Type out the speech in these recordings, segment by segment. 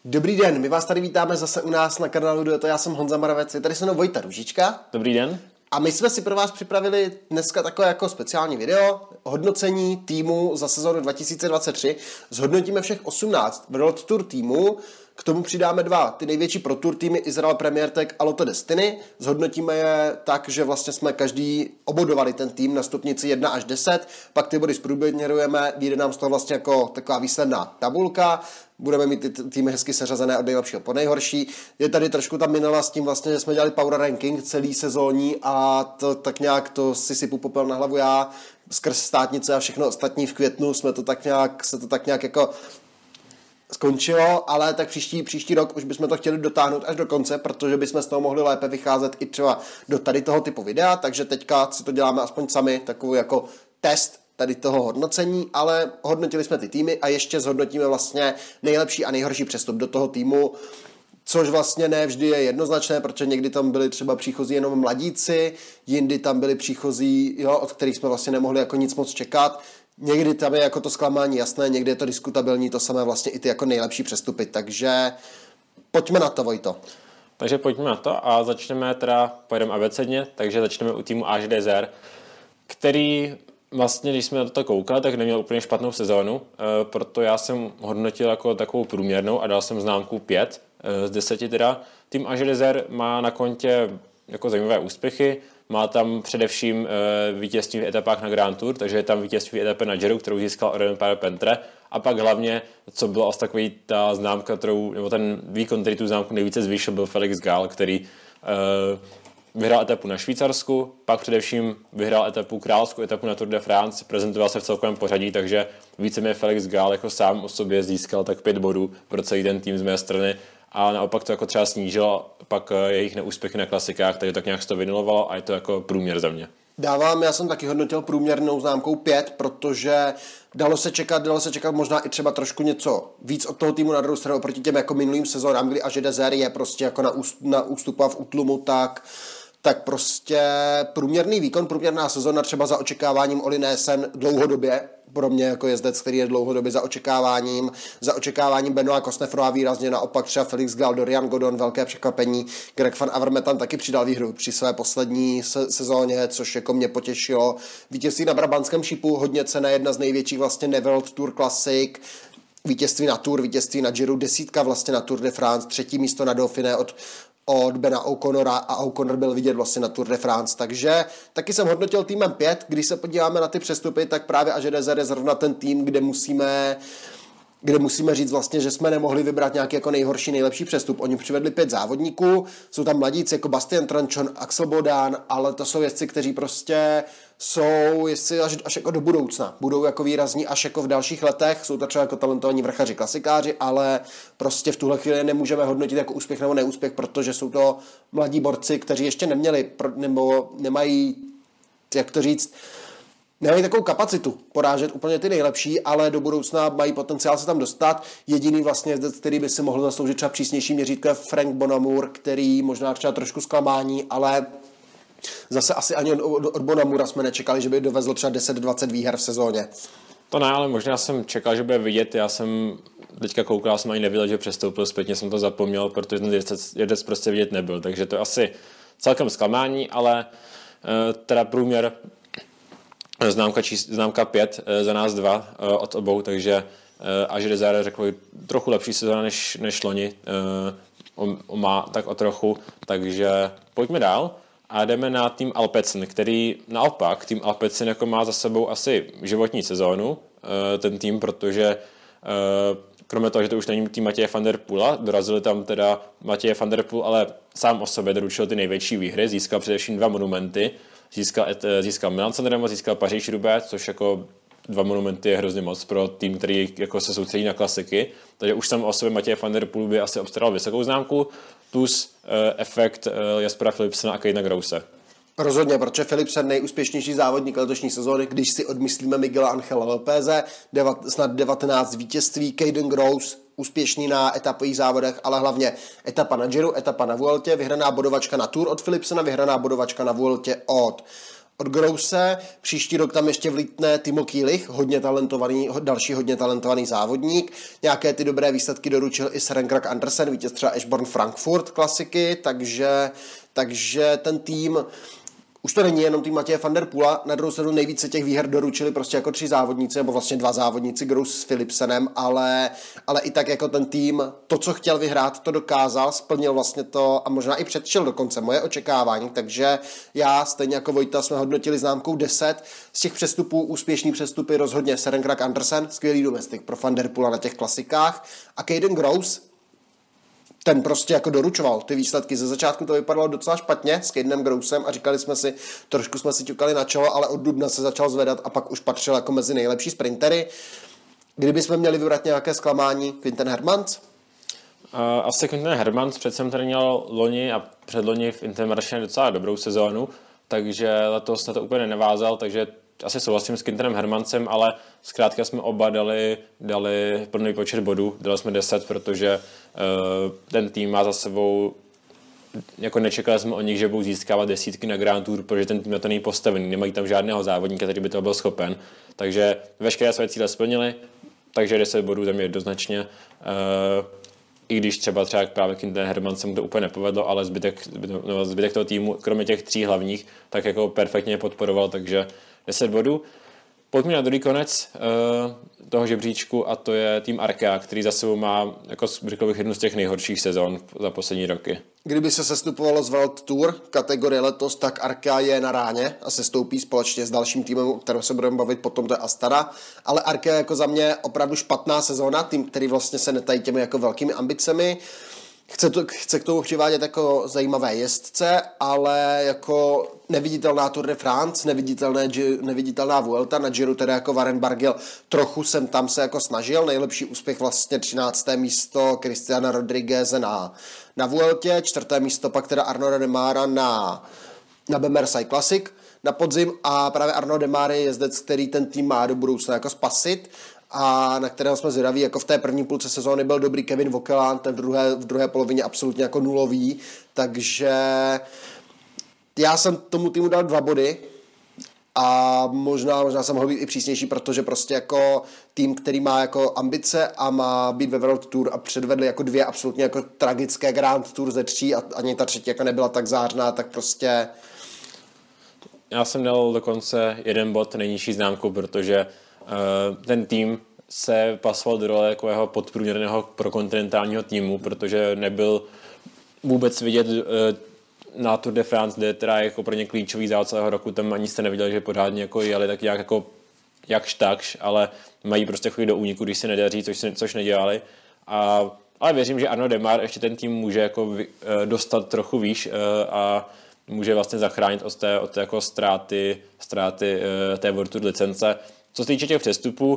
Dobrý den, my vás tady vítáme zase u nás na kanálu Dueto, já jsem Honza Moravec, je tady se mnou Vojta Růžička. Dobrý den. A my jsme si pro vás připravili dneska takové jako speciální video, hodnocení týmu za sezónu 2023. Zhodnotíme všech 18 World Tour týmů, k tomu přidáme dva, ty největší pro Tour týmy, Israel Premier Tech a Lotto Destiny. Zhodnotíme je tak, že vlastně jsme každý obodovali ten tým na stupnici 1 až 10, pak ty body zprůměrujeme, vyjde nám z toho vlastně jako taková výsledná tabulka. Budeme mít ty týmy hezky seřazené od nejlepšího po nejhorší. Je tady trošku ta minula s tím vlastně, že jsme dělali power ranking celý sezóní a to tak nějak to si sypu popel na hlavu já skrz státnice a všechno ostatní v květnu se to tak nějak jako skončilo, ale tak příští rok už bychom to chtěli dotáhnout až do konce, protože bychom z toho mohli lépe vycházet i třeba do tady toho typu videa, takže teďka si to děláme aspoň sami, takový jako test tady toho hodnocení, ale hodnotili jsme ty týmy a ještě zhodnotíme vlastně nejlepší a nejhorší přestup do toho týmu, což vlastně ne vždy je jednoznačné, protože někdy tam byli třeba příchozí jenom mladíci, jindy tam byli příchozí, od kterých jsme vlastně nemohli jako nic moc čekat. Někdy tam je jako to zklamání jasné, někdy je to diskutabilní, to samé vlastně i ty jako nejlepší přestupy, takže pojďme na to, Vojto. Takže pojďme na to a pojedeme abecedně, takže začneme u týmu AG Desert, který vlastně, když jsme na to koukali, tak neměl úplně špatnou sezónu, proto já jsem hodnotil jako takovou průměrnou a dal jsem známku 5 z 10 teda. Tým AG Desert má na kontě jako zajímavé úspěchy, má tam především vítězství v etapách na Grand Tour, takže je tam vítězství etapy na Giro, kterou získal Orion Pentre, a pak hlavně, co bylo asi takový ta známka, nebo ten výkon, který tu známku nejvíce zvýšil, byl Felix Gall, který vyhrál etapu na Švýcarsku, pak především vyhrál královskou etapu na Tour de France, prezentoval se v celkovém pořadí, takže víceméně Felix Gall jako sám o sobě získal tak 5 bodů pro celý ten tým z mé strany a naopak to jako třeba snížilo pak jejich neúspěchy na klasikách, takže tak nějak se to vynulovalo a je to jako průměr za mě. Já jsem taky hodnotil průměrnou známkou 5, protože dalo se čekat možná i třeba trošku něco víc od toho týmu, na druhou stranu oproti těm jako minulým sezónám, kdy AG Desert je prostě jako na ústupu a v útlumu, tak prostě průměrný výkon, průměrná sezóna třeba za očekáváním Oli Nesen dlouhodobě, pro mě jako jezdec, který je dlouhodobě za očekáváním Benoît Cosnefroy a výrazně naopak třeba Felix Gall, Dorian Godon, velké překvapení. Greg van Avermaet tam taky přidal výhru při své poslední sezóně, což jako mě potěšilo. Vítězství na Brabantském šipu, hodně cenné, jedna z největších vlastně World Tour Classic, vítězství na Tour, vítězství na Giro, 10 vlastně na Tour de France, 3. místo na Dauphiné od Bena O'Connora a O'Connor byl vidět vlastně na Tour de France, takže taky jsem hodnotil týmem 5, když se podíváme na ty přestupy, tak právě AG Desert je zrovna ten tým, kde musíme říct vlastně, že jsme nemohli vybrat nějaký jako nejhorší, nejlepší přestup. Oni přivedli 5 závodníků, jsou tam mladíci jako Bastien Tranchon, Axel Bodan, ale to jsou jezdci, kteří prostě jsou jezdci až jako do budoucna. Budou jako výrazní až jako v dalších letech, jsou to třeba jako talentovaní vrchaři, klasikáři, ale prostě v tuhle chvíli nemůžeme hodnotit jako úspěch nebo neúspěch, protože jsou to mladí borci, kteří ještě neměli nebo nemají, jak to říct, nemají takovou kapacitu porážet úplně ty nejlepší, ale do budoucna mají potenciál se tam dostat. Jediný vlastně, který by si mohl zasloužit třeba přísnější měřítko, je Frank Bonamour, který možná třeba trošku zklamání, ale zase asi ani od Bonamoura jsme nečekali, že by dovezl třeba 10-20 výher v sezóně. To ne, ale možná jsem čekal, že bude vidět. Já jsem teďka koukal, jsem ani nevěděl, že přestoupil, zpětně jsem to zapomněl, protože ten jezdec prostě vidět nebyl. Takže to je asi celkem zklamání, ale teda průměr známka 5 za nás dva od obou, takže AG Desert řekl trochu lepší sezóna než loni, má tak o trochu, takže pojďme dál a jdeme na tým Alpecin, který naopak, tým Alpecin jako má za sebou asi životní sezónu, ten tým, protože kromě toho, že to už není tým Matěje van der Poola, dorazili tam teda Matěje van der Poel, ale sám o sobě doručil ty největší výhry, získal především 2 monumenty, získal Milan-San Remo, získal Paříž-Roubaix, což jako 2 monumenty je hrozně moc pro tým, který jako se soustředí na klasiky. Takže už sám o sobě Matěj van der Poel by asi obstaral vysokou známku, plus efekt Jaspera Philipsena a Kejna Grouse. Rozhodně, protože Philipsen nejúspěšnější závodník letošní sezóny, když si odmyslíme Miguela Angela Lopeze, snad 19 vítězství, Kejden Grouse úspěšný na etapových závodech, ale hlavně etapa na Giro, etapa na Vueltě, vyhraná bodovačka na Tour od Philipsena, vyhraná bodovačka na Vueltě od Grouse. Příští rok tam ještě vlítne Timo Kielich, další hodně talentovaný závodník. Nějaké ty dobré výsledky doručil i Søren Kragh Andersen, vítěz třeba Eschborn Frankfurt klasiky, takže ten tým už to není jenom tým Matěje van der Poola, na druhou stranu nejvíce těch výher doručili prostě jako 3 závodníci, nebo vlastně 2 závodníci, Grouse s Philipsenem, ale i tak jako ten tým, to, co chtěl vyhrát, to dokázal, splnil vlastně to a možná i předčil dokonce moje očekávání, takže já stejně jako Vojta jsme hodnotili známkou 10, z těch přestupů úspěšný přestupy rozhodně Søren Kragh Andersen, skvělý domestik pro van der Poola na těch klasikách a Caden Grouse, ten prostě jako doručoval ty výsledky. Ze začátku to vypadalo docela špatně s Cadenem Grousem a říkali jsme si, trošku jsme si ťukali na čelo, ale od dubna se začal zvedat a pak už patřil jako mezi nejlepší sprintery. Kdybychom měli vybrat nějaké zklamání, Quinten Hermans? Asi Quinten Hermans, přece jsem tady měl loni a předloni v Intermarché docela dobrou sezónu, takže letos na to úplně nevázal, takže asi souhlasím s Quintenem Hermansem, ale zkrátka jsme oba dali plný počet bodů, dali jsme 10, protože ten tým má za sebou, jako nečekali jsme o nich, že budou získávat desítky na Grand Tour, protože ten tým na to není postavený, nemají tam žádného závodníka, který by to byl schopen, takže veškeré své cíle splnili, takže 10 bodů za mě jednoznačně, i když třeba právě Quinten Hermans se mu to úplně nepovedlo, ale zbytek toho týmu, kromě těch 3 hlavních, tak jako perfektně podporoval, takže 10 bodů. Pojďme na druhý konec toho žebříčku a to je tým Arkea, který za sebou má, jako řekl bych, jednu z těch nejhorších sezon za poslední roky. Kdyby se sestupovalo z World Tour kategorie letos, tak Arkea je na ráně a sestoupí společně s dalším týmem, o kterém se budeme bavit potom, to je Astana. Ale Arkea jako za mě opravdu špatná sezóna, tým, který vlastně se netají těmi jako velkými ambicemi. Chce k tomu přivádět jako zajímavé jezdce, ale jako neviditelná Tour de France, neviditelná Vuelta, na Giro teda jako Warren Barguil trochu jsem tam se jako snažil, nejlepší úspěch vlastně 13. místo Cristiana Rodrigueze na Vueltě, 4. místo pak teda Arnaud Démara na Bemersay Classic na podzim a právě Arnaud Démara je jezdec, který ten tým má do budoucna jako spasit a na kterého jsme zvědaví, jako v té první půlce sezóny byl dobrý Kevin Vauquelin, ten v druhé polovině absolutně jako nulový, takže já jsem tomu týmu dal 2 body a možná jsem mohl být i přísnější, protože prostě jako tým, který má jako ambice a má být ve World Tour a předvedli jako 2 absolutně jako tragické Grand Tour ze 3 a ani ta třetí jako nebyla tak zářná, tak prostě... Já jsem dal dokonce 1 bod nejnižší známku, protože ten tým se pasoval do role takového podprůměrného prokontinentálního týmu, protože nebyl vůbec vidět na Tour de France, kde teda jako pro ně klíčový závod celého roku, tam ani jste neviděli, že pořádně jako jeli tak nějak jako jakž takž, ale mají prostě chodit do úniku, když se nedaří, což nedělali. Ale věřím, že Arnaud Démare ještě ten tým může jako dostat trochu výš a může vlastně zachránit od té jako ztráty té World Tour licence. Co se týče těch přestupů,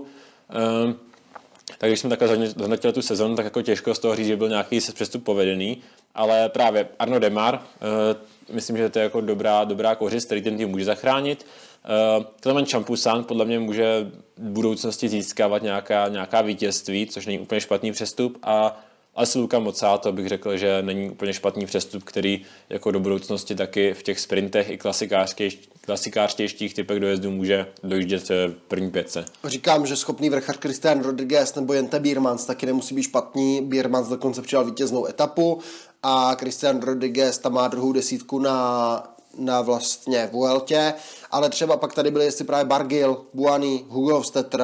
tak když jsme takhle zhodnotili tu sezonu, tak jako těžko z toho říct, že byl nějaký přestup povedený, ale právě Arnaud Démare, myslím, že to je jako dobrá kořist, který ten tým může zachránit. Clement Champoussin podle mě může v budoucnosti získávat nějaká vítězství, což není úplně špatný přestup a asi Luca Mozzato bych řekl, že není úplně špatný přestup, který jako do budoucnosti taky v těch sprintech i klasikářtějších typech dojezdu může dojíždět v první 5. Říkám, že schopný vrchař Christian Rodriguez nebo Jente Biermans taky nemusí být špatný. Biermans dokonce přijal vítěznou etapu a Christian Rodriguez tam má druhou desítku na vlastně Vueltě, ale třeba pak tady byly jestli právě Barguil, Buany, Hugo Hofstetter,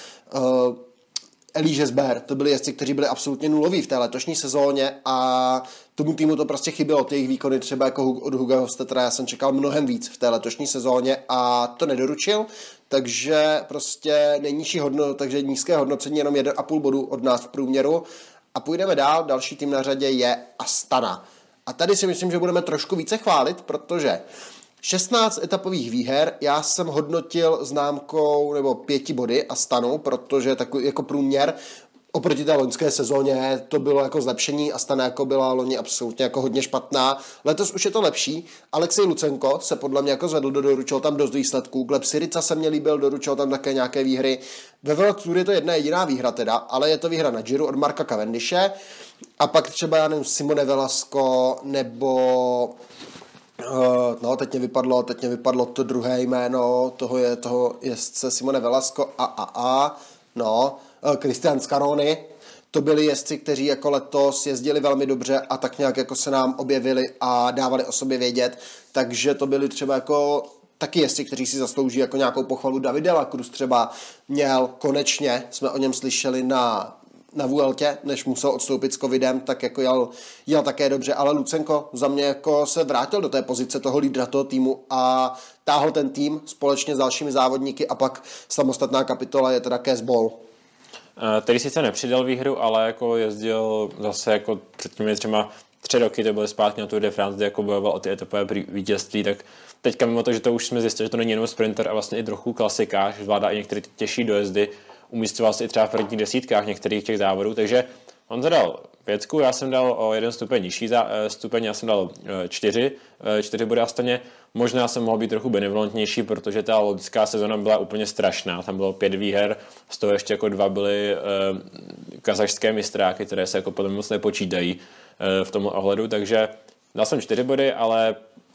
Elie Gesbert, to byli jezdci, kteří byli absolutně nuloví v té letošní sezóně a tomu týmu to prostě chybělo, ty jejich výkony třeba jako od Huga Hofstettera, já jsem čekal mnohem víc v té letošní sezóně a to nedoručil, takže prostě takže nízké hodnocení, jenom 1,5 bodu od nás v průměru a půjdeme dál, další tým na řadě je Astana. A tady si myslím, že budeme trošku více chválit, protože 16 etapových výher, já jsem hodnotil známkou nebo 5 body Astanu, protože takový jako průměr oproti té loňské sezóně to bylo jako zlepšení, Astana jako byla loni absolutně jako hodně špatná. Letos už je to lepší, Alexej Lucenko se podle mě jako zvedl, doručil tam dost výsledků, Gleb Syriza se mě líbil, doručil tam také nějaké výhry. Ve World Tour je to jedna jediná výhra teda, ale je to výhra na Giro od Marka Cavendishe a pak třeba já nevím, Simone Velasco No, teď mě vypadlo to druhé jméno, toho jezdce Simone Velasco Cristian Scaroni. To byli jezdci, kteří jako letos jezdili velmi dobře a tak nějak jako se nám objevili a dávali o sobě vědět, takže to byli třeba jako taky jezdci, kteří si zaslouží jako nějakou pochvalu. David de la Cruz třeba měl konečně, jsme o něm slyšeli na Vueltě, než musel odstoupit s covidem, tak jako jel také dobře, ale Lucenko za mě jako se vrátil do té pozice toho lídra toho týmu a táhl ten tým společně s dalšími závodníky a pak samostatná kapitola je teda Cees Bol. Který sice nepřidal výhru, ale jako jezdil zase jako před těmi třeba 3 roky, to byly zpátky na Tour de France, kde jako bojoval o ty etapové vítězství, tak teďka mimo to, že to už jsme zjistili, že to není jenom sprinter a vlastně i trochu klasika, že zvládá i některé těžší dojezdy, umístěval se i třeba v prvních desítkách některých těch závodů, takže on zadal 5, já jsem dal o 1 stupeň nižší stupeň, já jsem dal 4 body Astaně. Možná jsem mohl být trochu benevolentnější, protože ta loňská sezona byla úplně strašná, tam bylo 5 výher, z toho ještě jako 2 byly kazašské mistráky, které se jako podle mě moc nepočítají v tom ohledu, takže dal jsem 4 body, ale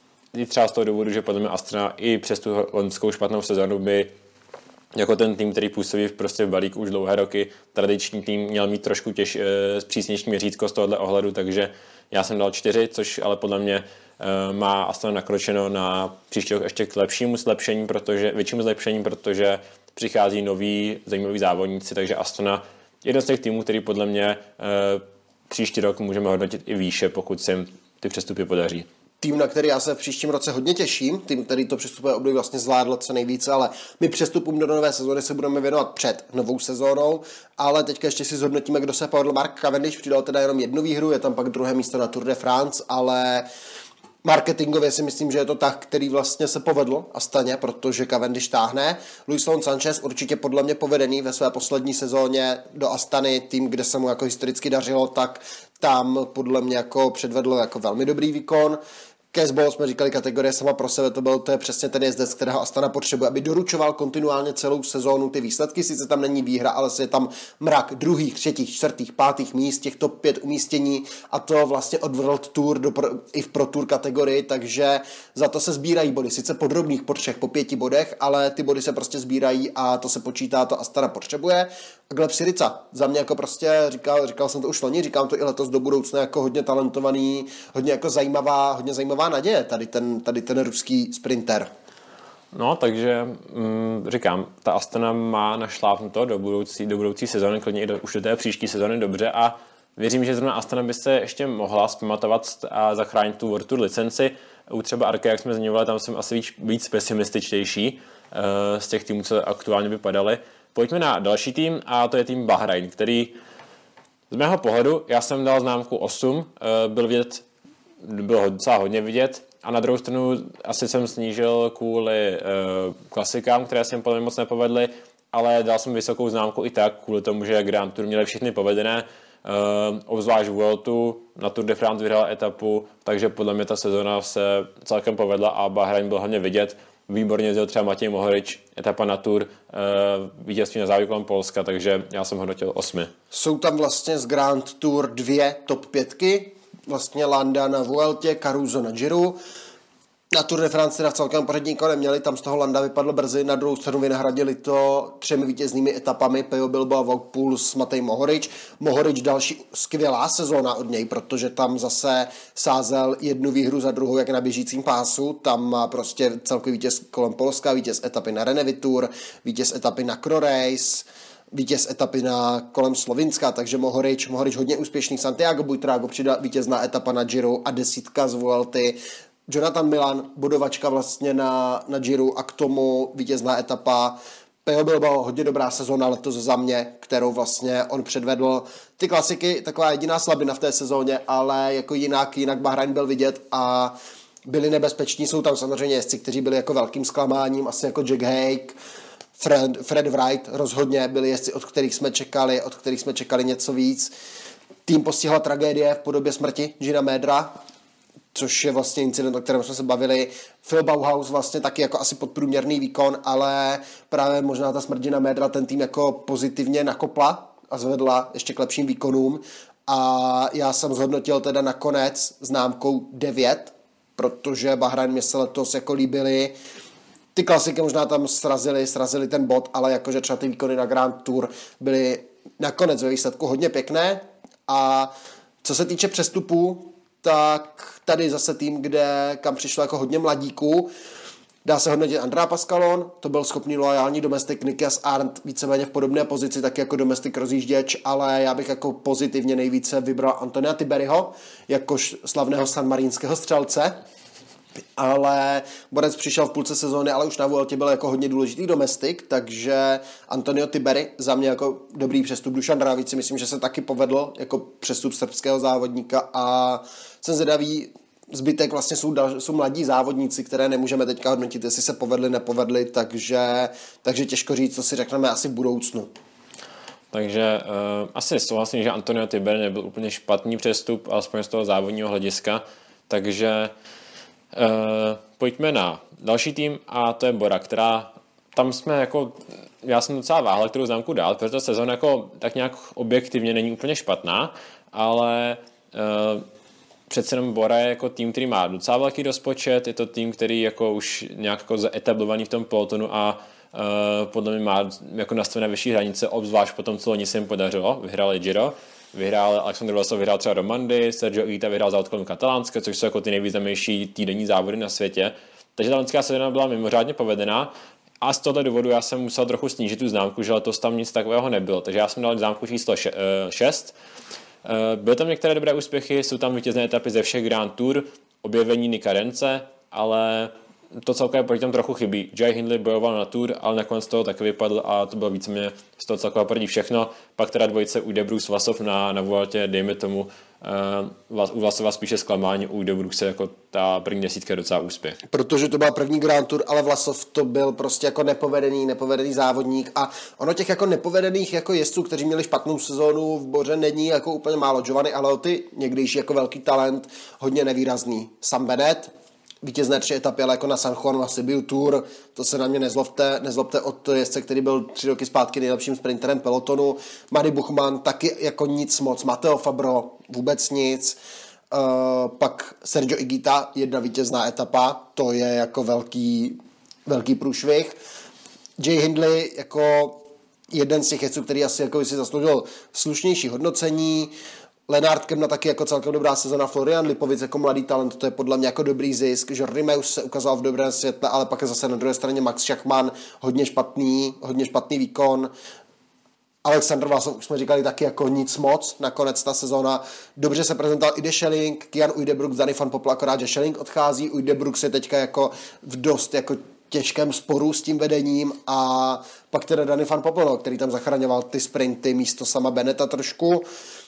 i třeba z toho důvodu, že podle mě Astana i přes tu loňskou špatnou sezonu by jako ten tým, který působí prostě v balíku už dlouhé roky, tradiční tým měl mít trošku přísnější měřítko z tohohle ohledu, takže já jsem dal 4, což ale podle mě má Astana nakročeno na příští rok ještě k většímu zlepšení, protože přichází noví zajímaví závodníci, takže Astana je jeden z těch týmů, který podle mě příští rok můžeme hodnotit i výše, pokud se jim ty přestupy podaří. Tým, na který já se v příštím roce hodně těším, tým, který to přestupové období vlastně zvládl co nejvíce, ale my přestupům do nové sezóny se budeme věnovat před novou sezónou, ale teďka ještě si zhodnotíme, kdo se povedl. Mark Cavendish přidal teda jenom 1 výhru, je tam pak 2. místo na Tour de France, ale marketingově si myslím, že je to tak, který vlastně se povedl Astaně, protože Cavendish táhne. Luis Leon Sanchez určitě podle mě povedený ve své poslední sezóně do Astany, tým, kde se mu jako historicky dařilo, tak tam podle mě jako předvedl jako velmi dobrý výkon. Cees Bol jsme říkali kategorie sama pro sebe, to je přesně ten jezdec, kterého Astana potřebuje, aby doručoval kontinuálně celou sezónu ty výsledky, sice tam není výhra, ale je tam mrak 2., 3., 4., 5. míst, těch top 5 umístění a to vlastně od World Tour i v Pro Tour kategorii, takže za to se sbírají body, sice po drobných, po 3, po 5 bodech, ale ty body se prostě sbírají a to se počítá, to Astana potřebuje. A Gleb Syriza, za mě jako prostě, říkal jsem to už loni, říkám to i letos do budoucna, jako hodně talentovaný, hodně jako zajímavá naděje, tady ten ruský sprinter. No, takže říkám, ta Astana má našlápnuto do budoucí sezóny, klidně i už do té příští sezóny dobře a věřím, že zrovna Astana by se ještě mohla zpamatovat a zachránit tu World Tour licenci. U třeba Arke, jak jsme zmiňovali, tam jsem asi víc pesimističtější z těch týmů, co aktuálně vypadaly. Pojďme na další tým a to je tým Bahrain, který z mého pohledu, já jsem dal známku 8, bylo docela hodně vidět a na druhou stranu asi jsem snížil kvůli klasikám, které se jim podle mě moc nepovedly, ale dal jsem vysokou známku i tak, kvůli tomu, že Grand Tour měli všechny povedené, obzvlášť Vueltu, na Tour de France vyhrál etapu, takže podle mě ta sezona se celkem povedla a Bahrain byl hlavně vidět. Výborně jezdil třeba Matěj Mohorič, etapa na Tour, vítězství na závěr kolem Polska, takže já jsem hodnotil 8. Jsou tam vlastně z Grand Tour 2 top 5, vlastně Landa na Vueltě, Caruso na Giro. Na Tour de France teda v celkem pořadí nikoho neměli, tam z toho Landa vypadl brzy, na druhou stranu vynahradili to 3 vítěznými etapami, Pejo Bilbao, Wout Poels, Matej Mohorič. Mohorič další skvělá sezóna od něj, protože tam zase sázel 1 výhru za druhou, jak na běžícím pásu, tam má prostě celkový vítěz kolem Polska, vítěz etapy na Renewi Tour, vítěz etapy na Cro Race, vítěz etapy kolem Slovinska, takže Mohorič hodně úspěšný. Santiago Buitrago přidal vítězná etapa na Giro a 10 z Vuelty. Jonathan Milan, bodovačka vlastně na Giro a k tomu vítězná etapa. Pejo Bilbao, hodně dobrá sezóna letos za mě, kterou vlastně on předvedl. Ty klasiky, taková jediná slabina v té sezóně, ale jako jinak Bahrain byl vidět a byli nebezpeční. Jsou tam samozřejmě jezdci, kteří byli jako velkým zklamáním, asi jako Jack Haig, Fred Wright, rozhodně byli jezdci, od kterých jsme čekali něco víc. Tým postihla tragédie v podobě smrti Gina Medra, což je vlastně incident, o kterém jsme se bavili. Phil Bauhaus vlastně taky jako asi podprůměrný výkon, ale právě možná ta smrt Gina Medra ten tým jako pozitivně nakopla a zvedla ještě k lepším výkonům. A já jsem zhodnotil teda nakonec známkou 9, protože Bahrajn mě se letos jako líbily. Ty klasiky možná tam srazili ten bod, ale jakože třeba ty výkony na Grand Tour byly nakonec ve výsledku hodně pěkné. A co se týče přestupů, tak tady zase tým, kam přišlo jako hodně mladíků. Dá se hodnotit Andrea Pascalon, to byl schopný loajální domestik, Nikias Arndt víceméně v podobné pozici, taky jako domestik rozjížděč, ale já bych jako pozitivně nejvíce vybral Antonia Tiberiho, jakož slavného sanmarínského střelce. Ale Borec přišel v půlce sezóny, ale už na Vueltě byl jako hodně důležitý domestik, takže Antonio Tiberi za mě jako dobrý přestup. Dušan Dravíc si myslím, že se taky povedl jako přestup srbského závodníka a jsem zvědavý, zbytek vlastně jsou mladí závodníci, které nemůžeme teďka hodnotit, jestli se povedli, nepovedli, takže těžko říct, co si řekneme asi v budoucnu. Takže asi souhlasím, že Antonio Tiber nebyl úplně špatný přestup, alespoň z toho závodního hlediska, takže pojďme na další tým a to je Bora, která tam jsme jako, já jsem docela váhal, kterou známku dál, protože ta sezóna jako tak nějak objektivně není úplně špatná, ale přece jenom Bora je jako tým, který má docela velký rozpočet, je to tým, který jako už nějak jako zaetablovaný v tom pelotonu a podle mě má jako nastavené vyšší hranice, obzvlášť po tom, co loni se jim podařilo, vyhráli Giro, vyhrál Alexander Vlasov, vyhrál třeba Romandy, Sergio Higuita vyhrál za odkolem Katalánska, což jsou jako ty nejvýznamnější týdenní závody na světě. Takže ta loňská sezóna byla mimořádně povedená a z tohoto důvodu já jsem musel trochu snížit tu známku, že letos tam nic takového nebylo. Takže já jsem dal známku číslo 6. Byly tam některé dobré úspěchy, jsou tam vítězné etapy ze všech Grand Tour, objevení Nika Rence, ale to celkově proti tam trochu chybí. Jay Hindley bojoval na Tour, ale nakonec toho taky vypadl a to bylo víceméně z toho celkově proti všechno. Pak teda dvojice Ude Brooks Vlasov na Vueltě, dejme tomu, u Vlasova spíše zklamání, u Ude Brooks jako ta první desítka je docela úspěch. Protože to byl první Grand Tour, ale Vlasov to byl prostě jako nepovedený závodník a ono těch jako nepovedených jako jezdců, kteří měli špatnou sezónu v Boře, není jako úplně málo. Giovanni Aleotti, někdejší jako velký talent, hodně nevýrazný. Sam Bennett, vítězné 3 etapy, ale jako na San Juanu a Sibiu Tour, to se na mě nezlobte od jezdce, který byl 3 roky zpátky nejlepším sprinterem pelotonu. Mady Buchmann taky jako nic moc, Matteo Fabro vůbec nic, pak Sergio Higuita, 1 vítězná etapa, to je jako velký průšvih. Jay Hindley jako jeden z těch jezdců, který asi jako si zasloužil slušnější hodnocení. Lennart Kemna taky jako celkem dobrá sezona, Florian Lipovic jako mladý talent, to je podle mě jako dobrý zisk, Jordi Meus se ukázal v dobrém světle, ale pak je zase na druhé straně Max Schachmann, hodně špatný výkon. Alexander Vlasov, už jsme říkali, taky jako nic moc, nakonec ta sezona dobře se prezentoval i Schelling, Kian Uijdebrooks, Danny van Poppel, akorát, že Schelling odchází, Uijdebrooks je teďka jako v dost jako těžkém sporu s tím vedením a pak teda Danny van Poppel, který tam zachraňoval ty sprinty místo sama Beneta trošku.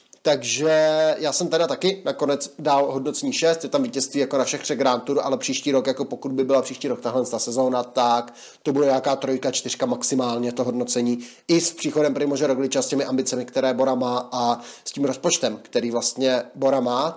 Takže já jsem teda taky nakonec dal hodnocení 6, je tam vítězství jako na všech 3 Grand Tour, ale příští rok, jako pokud by byla příští rok tahle sezóna, tak to bude nějaká 3, 4 maximálně to hodnocení. I s příchodem Primože Rogliča, s těmi ambicemi, které Bora má a s tím rozpočtem, který vlastně Bora má,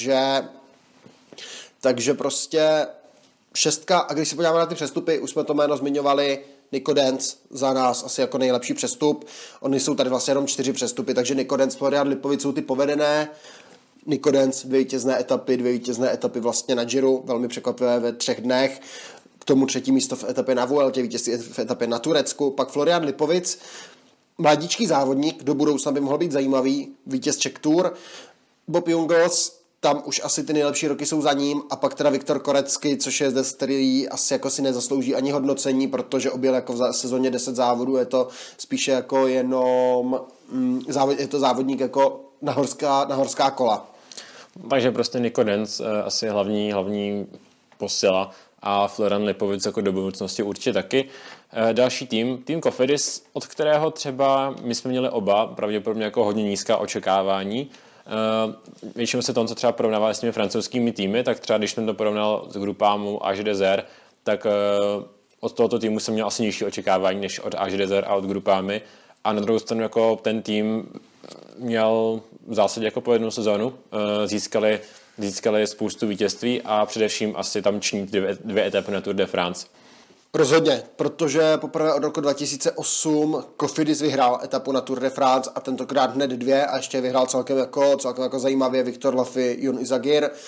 takže prostě 6. A když se podíváme na ty přestupy, už jsme to jméno zmiňovali, Nico Denz za nás asi jako nejlepší přestup. Oni jsou tady vlastně jenom 4 přestupy, takže Nico Denz, Florian Lipovic jsou ty povedené. Nico Denz, 2 vítězné etapy vlastně na Giro, velmi překvapivé ve 3 dnech. K tomu 3. místo v etapě na Vueltě, vítězství v etapě na Turecku. Pak Florian Lipovic, mladíčký závodník, do budoucna by mohl být zajímavý, vítěz Czech Tour. Bob Jungels, tam už asi ty nejlepší roky jsou za ním a pak teda Viktor Korecky, což je zde, který asi jako si nezaslouží ani hodnocení, protože objel jako v sezóně 10 závodů, je to spíše jako jenom je to závodník jako na horská kola. Takže prostě Nico Denz asi hlavní posila a Florian Lipovic jako do budoucnosti určitě taky. Další tým Cofidis, od kterého třeba my jsme měli oba pravděpodobně jako hodně nízká očekávání. Většinou se to, co třeba porovnává s těmi francouzskými týmy, tak třeba když jsem to porovnal s Grupámu AG Desert, tak od tohoto týmu jsem měl asi nižší očekávání než od AG Desert a od Grupámy. A na druhou stranu jako ten tým měl v zásadě jako povedenou sezónu, získali spoustu vítězství a především asi tam ční 2 etapy na Tour de France. Rozhodně, protože poprvé od roku 2008 Cofidis vyhrál etapu na Tour de France a tentokrát hned 2 a ještě vyhrál celkem jako zajímavě Viktor Lafay, Jon Izagirre.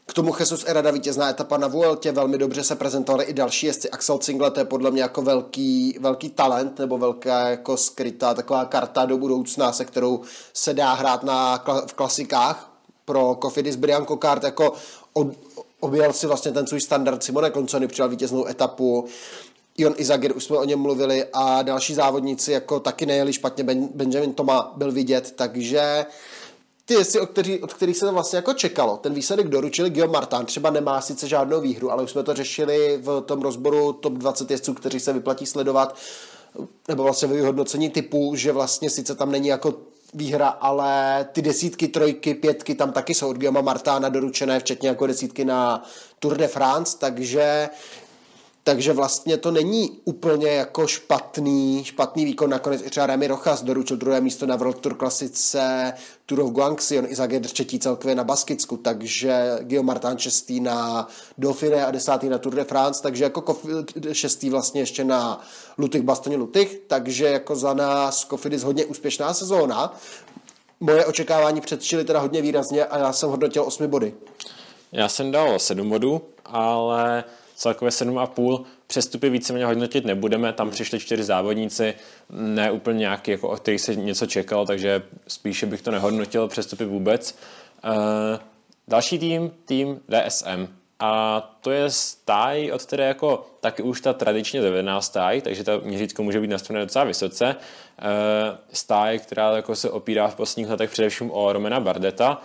K tomu Jesus Herrera vítězná etapa na Vueltě, velmi dobře se prezentovali i další jezdci. Axel Zingler, to je podle mě jako velký talent, nebo velká jako skrytá taková karta do budoucna, se kterou se dá hrát v klasikách. Pro Cofidis Brian Cockart jako objel si vlastně ten svůj standard. Simone Conconi přijal vítěznou etapu, Ion Izagir, už jsme o něm mluvili, a další závodníci jako taky nejeli špatně, Benjamin Thomas byl vidět, takže ty jezdci, od kterých se to vlastně jako čekalo. Ten výsledek doručili. Guillaume Martin třeba nemá sice žádnou výhru, ale už jsme to řešili v tom rozboru top 20 jezdců, kteří se vyplatí sledovat, nebo vlastně ve vyhodnocení typu, že vlastně sice tam není jako výhra, ale ty desítky, trojky, pětky tam taky jsou od Guillauma Martina doručené, včetně jako desítky na Tour de France, takže vlastně to není úplně jako špatný výkon. Nakonec i třeba Remy Rojas doručil druhé místo na World Tour klasice Tour of Guangxi, on Izagir třetí celkově na Baskicku, takže Guillaume Martin šestý na Dauphiné a desátý na Tour de France, takže jako šestý vlastně ještě na Lutych, takže jako za nás Cofidis hodně úspěšná sezóna. Moje očekávání předčily teda hodně výrazně a já jsem hodnotil 8 body. Já jsem dal 7 bodů, ale celkově 7,5. Přestupy víceméně hodnotit nebudeme, tam přišli 4 závodníci, ne úplně nějaký, jako od kterých se něco čekalo, takže spíše bych to nehodnotil, přestupy vůbec. Další tým DSM. A to je stáj, od které jako taky už ta tradičně zavedená stáj, takže ta měřítko může být nastavené docela vysoce. Stáj, která jako se opírá v posledních letech především o Romana Bardeta,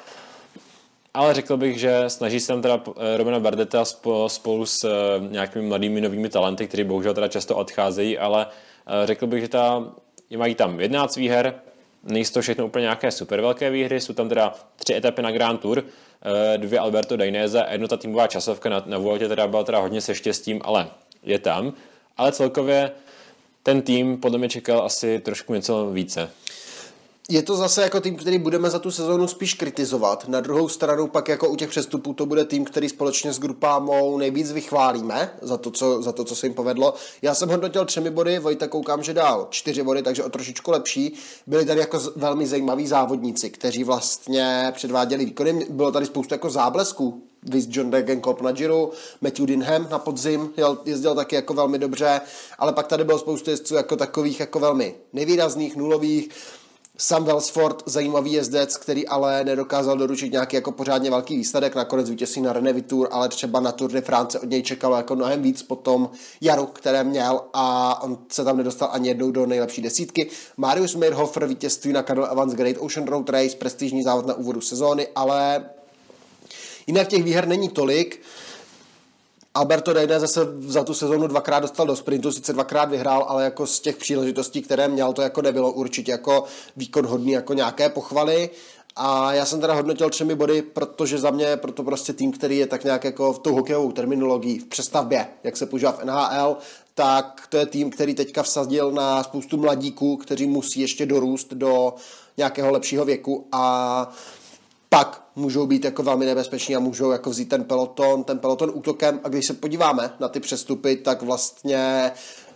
ale řekl bych, že snaží se tam teda Romana Bardeta spolu s nějakými mladými novými talenty, kteří bohužel teda často odcházejí, ale řekl bych, že mají tam 11 výher, nejsou to všechno úplně nějaké super velké výhry, jsou tam teda 3 etapy na Grand Tour, 2 Alberto Dainese a jedna ta týmová časovka na Vueltě teda byla teda hodně se štěstím, ale je tam. Ale celkově ten tým podle mě čekal asi trošku něco více. Je to zase jako tým, který budeme za tu sezónu spíš kritizovat. Na druhou stranu pak jako u těch přestupů to bude tým, který společně s Grupámou nejvíc vychválíme za to, co se jim povedlo. Já jsem hodnotil 3 body, Vojta koukám, že dal 4 body, takže o trošičku lepší. Byli tady jako velmi zajímaví závodníci, kteří vlastně předváděli výkony. Bylo tady spoustu jako záblesků. Viz John Degenkolb na Giro, Matthew Dinham na podzim jezdil taky jako velmi dobře, ale pak tady bylo spoustu jezdců jako takových jako velmi nevýrazných, nulových. Sam Welsford, zajímavý jezdec, který ale nedokázal doručit nějaký jako pořádně velký výsledek, nakonec vítězství na René Tour, ale třeba na Tour de France od něj čekalo jako mnohem víc po tom jaru, které měl, a on se tam nedostal ani jednou do nejlepší desítky. Marius Meyerhofer, vítězství na Cadel Evans Great Ocean Road Race, prestižní závod na úvodu sezóny, ale jinak těch výher není tolik. Alberto Dainese se za tu sezónu 2krát dostal do sprintu, sice 2krát vyhrál, ale jako z těch příležitostí, které měl, to jako nebylo určitě jako výkon hodný jako nějaké pochvaly. A já jsem teda hodnotil 3 body, protože za mě proto prostě tým, který je tak nějak jako v tou hokejovou terminologií v přestavbě, jak se používá v NHL, tak to je tým, který teďka vsadil na spoustu mladíků, kteří musí ještě dorůst do nějakého lepšího věku a pak můžou být jako velmi nebezpeční a můžou jako vzít ten peloton útokem. A když se podíváme na ty přestupy, tak vlastně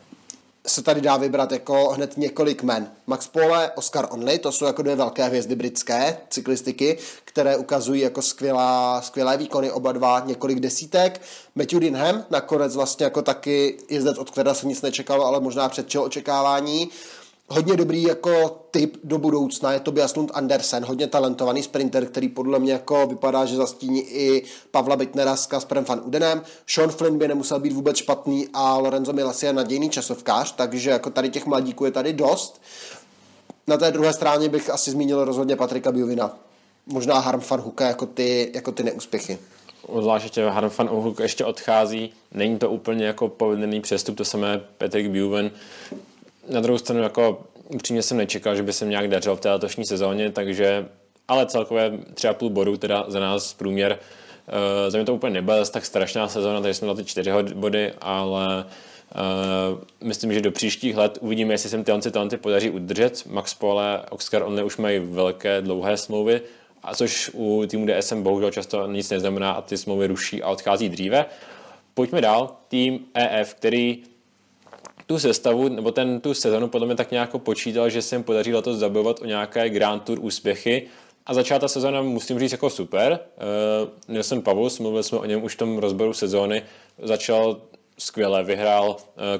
se tady dá vybrat jako hned několik men. Max Pole, Oscar Onley, to jsou jako 2 velké hvězdy britské cyklistiky, které ukazují jako skvělé výkony, oba dva, několik desítek. Matthew Dinham, nakonec vlastně jako taky jezdec, od kterého se nic nečekalo, ale možná předčil očekávání. Hodně dobrý jako typ do budoucna je Tobias Lund Andersen, hodně talentovaný sprinter, který podle mě jako vypadá, že zastíní i Pavla Bittnera s Kasperem van Udenem. Sean Flynn by nemusel být vůbec špatný a Lorenzo Milesi je nadějný časovkář, takže jako tady těch mladíků je tady dost. Na té druhé straně bych asi zmínil rozhodně Patrika Bjuvina. Možná Harm van Hooke jako ty neúspěchy. Zvlášť Harm van Hooke ještě odchází, není to úplně jako povedený přestup, to samé Patrick Bjuven. Na druhou stranu jako upřímně jsem nečekal, že by se nějak dařilo v té letošní sezóně, takže ale celkově 3,5 bodů teda za nás průměr. Za mě to úplně nebyla tak strašná sezóna, takže jsme dali ty 4 body, ale myslím, že do příštích let uvidíme, jestli se tyhle talenty podaří udržet. Max Pole, Oscar Onley už mají velké dlouhé smlouvy, a což u týmu DSM bohužel často nic neznamená a ty smlouvy ruší a odchází dříve. Pojďme dál. Tým EF, který tu sestavu, nebo tu sezonu podle mě tak nějak počítal, že se jim podaří letos zabojovat o nějaké Grand Tour úspěchy. A začala ta sezóna, musím říct, jako super. Nelson Pavus, mluvili jsme o něm už v tom rozboru sezóny, začal skvěle, vyhrál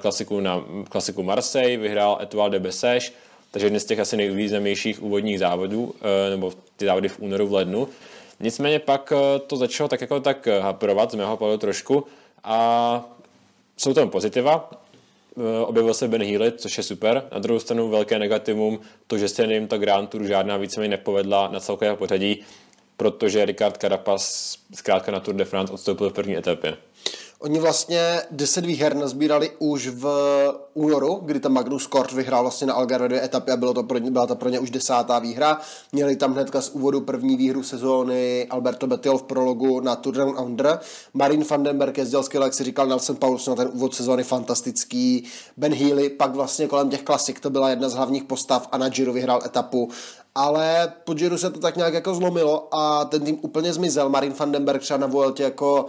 klasiku Marseille, vyhrál Etoile de Bessèges, takže jeden z těch asi nejvýznamnějších úvodních závodů, nebo ty závody v únoru, v lednu. Nicméně pak to začalo tak haprovat z mého pohledu trošku a jsou tam pozitiva. Objevil se Ben Healy, což je super. Na druhou stranu velké negativum, to, že se jim ta Grand Tour žádná víceméně nepovedla na celkové pořadí, protože Ricard Carapaz zkrátka na Tour de France odstoupil v první etapě. Oni vlastně 10 výher nazbírali už v únoru, kdy tam Magnus Kort vyhrál vlastně na Algarve 2 etapy a byla to pro ně už 10. výhra. Měli tam hnedka z úvodu první výhru sezóny Alberto Bettiol v prologu na Tour Down Under. Marin van den Berg jezdil skvěle, jak si říkal Nelson Paulus, na ten úvod sezóny fantastický. Ben Healy pak vlastně kolem těch klasik, to byla jedna z hlavních postav a na Giro vyhrál etapu. Ale po Giro se to tak nějak jako zlomilo a ten tým úplně zmizel. Marin van den Berg třeba na Vueltě jako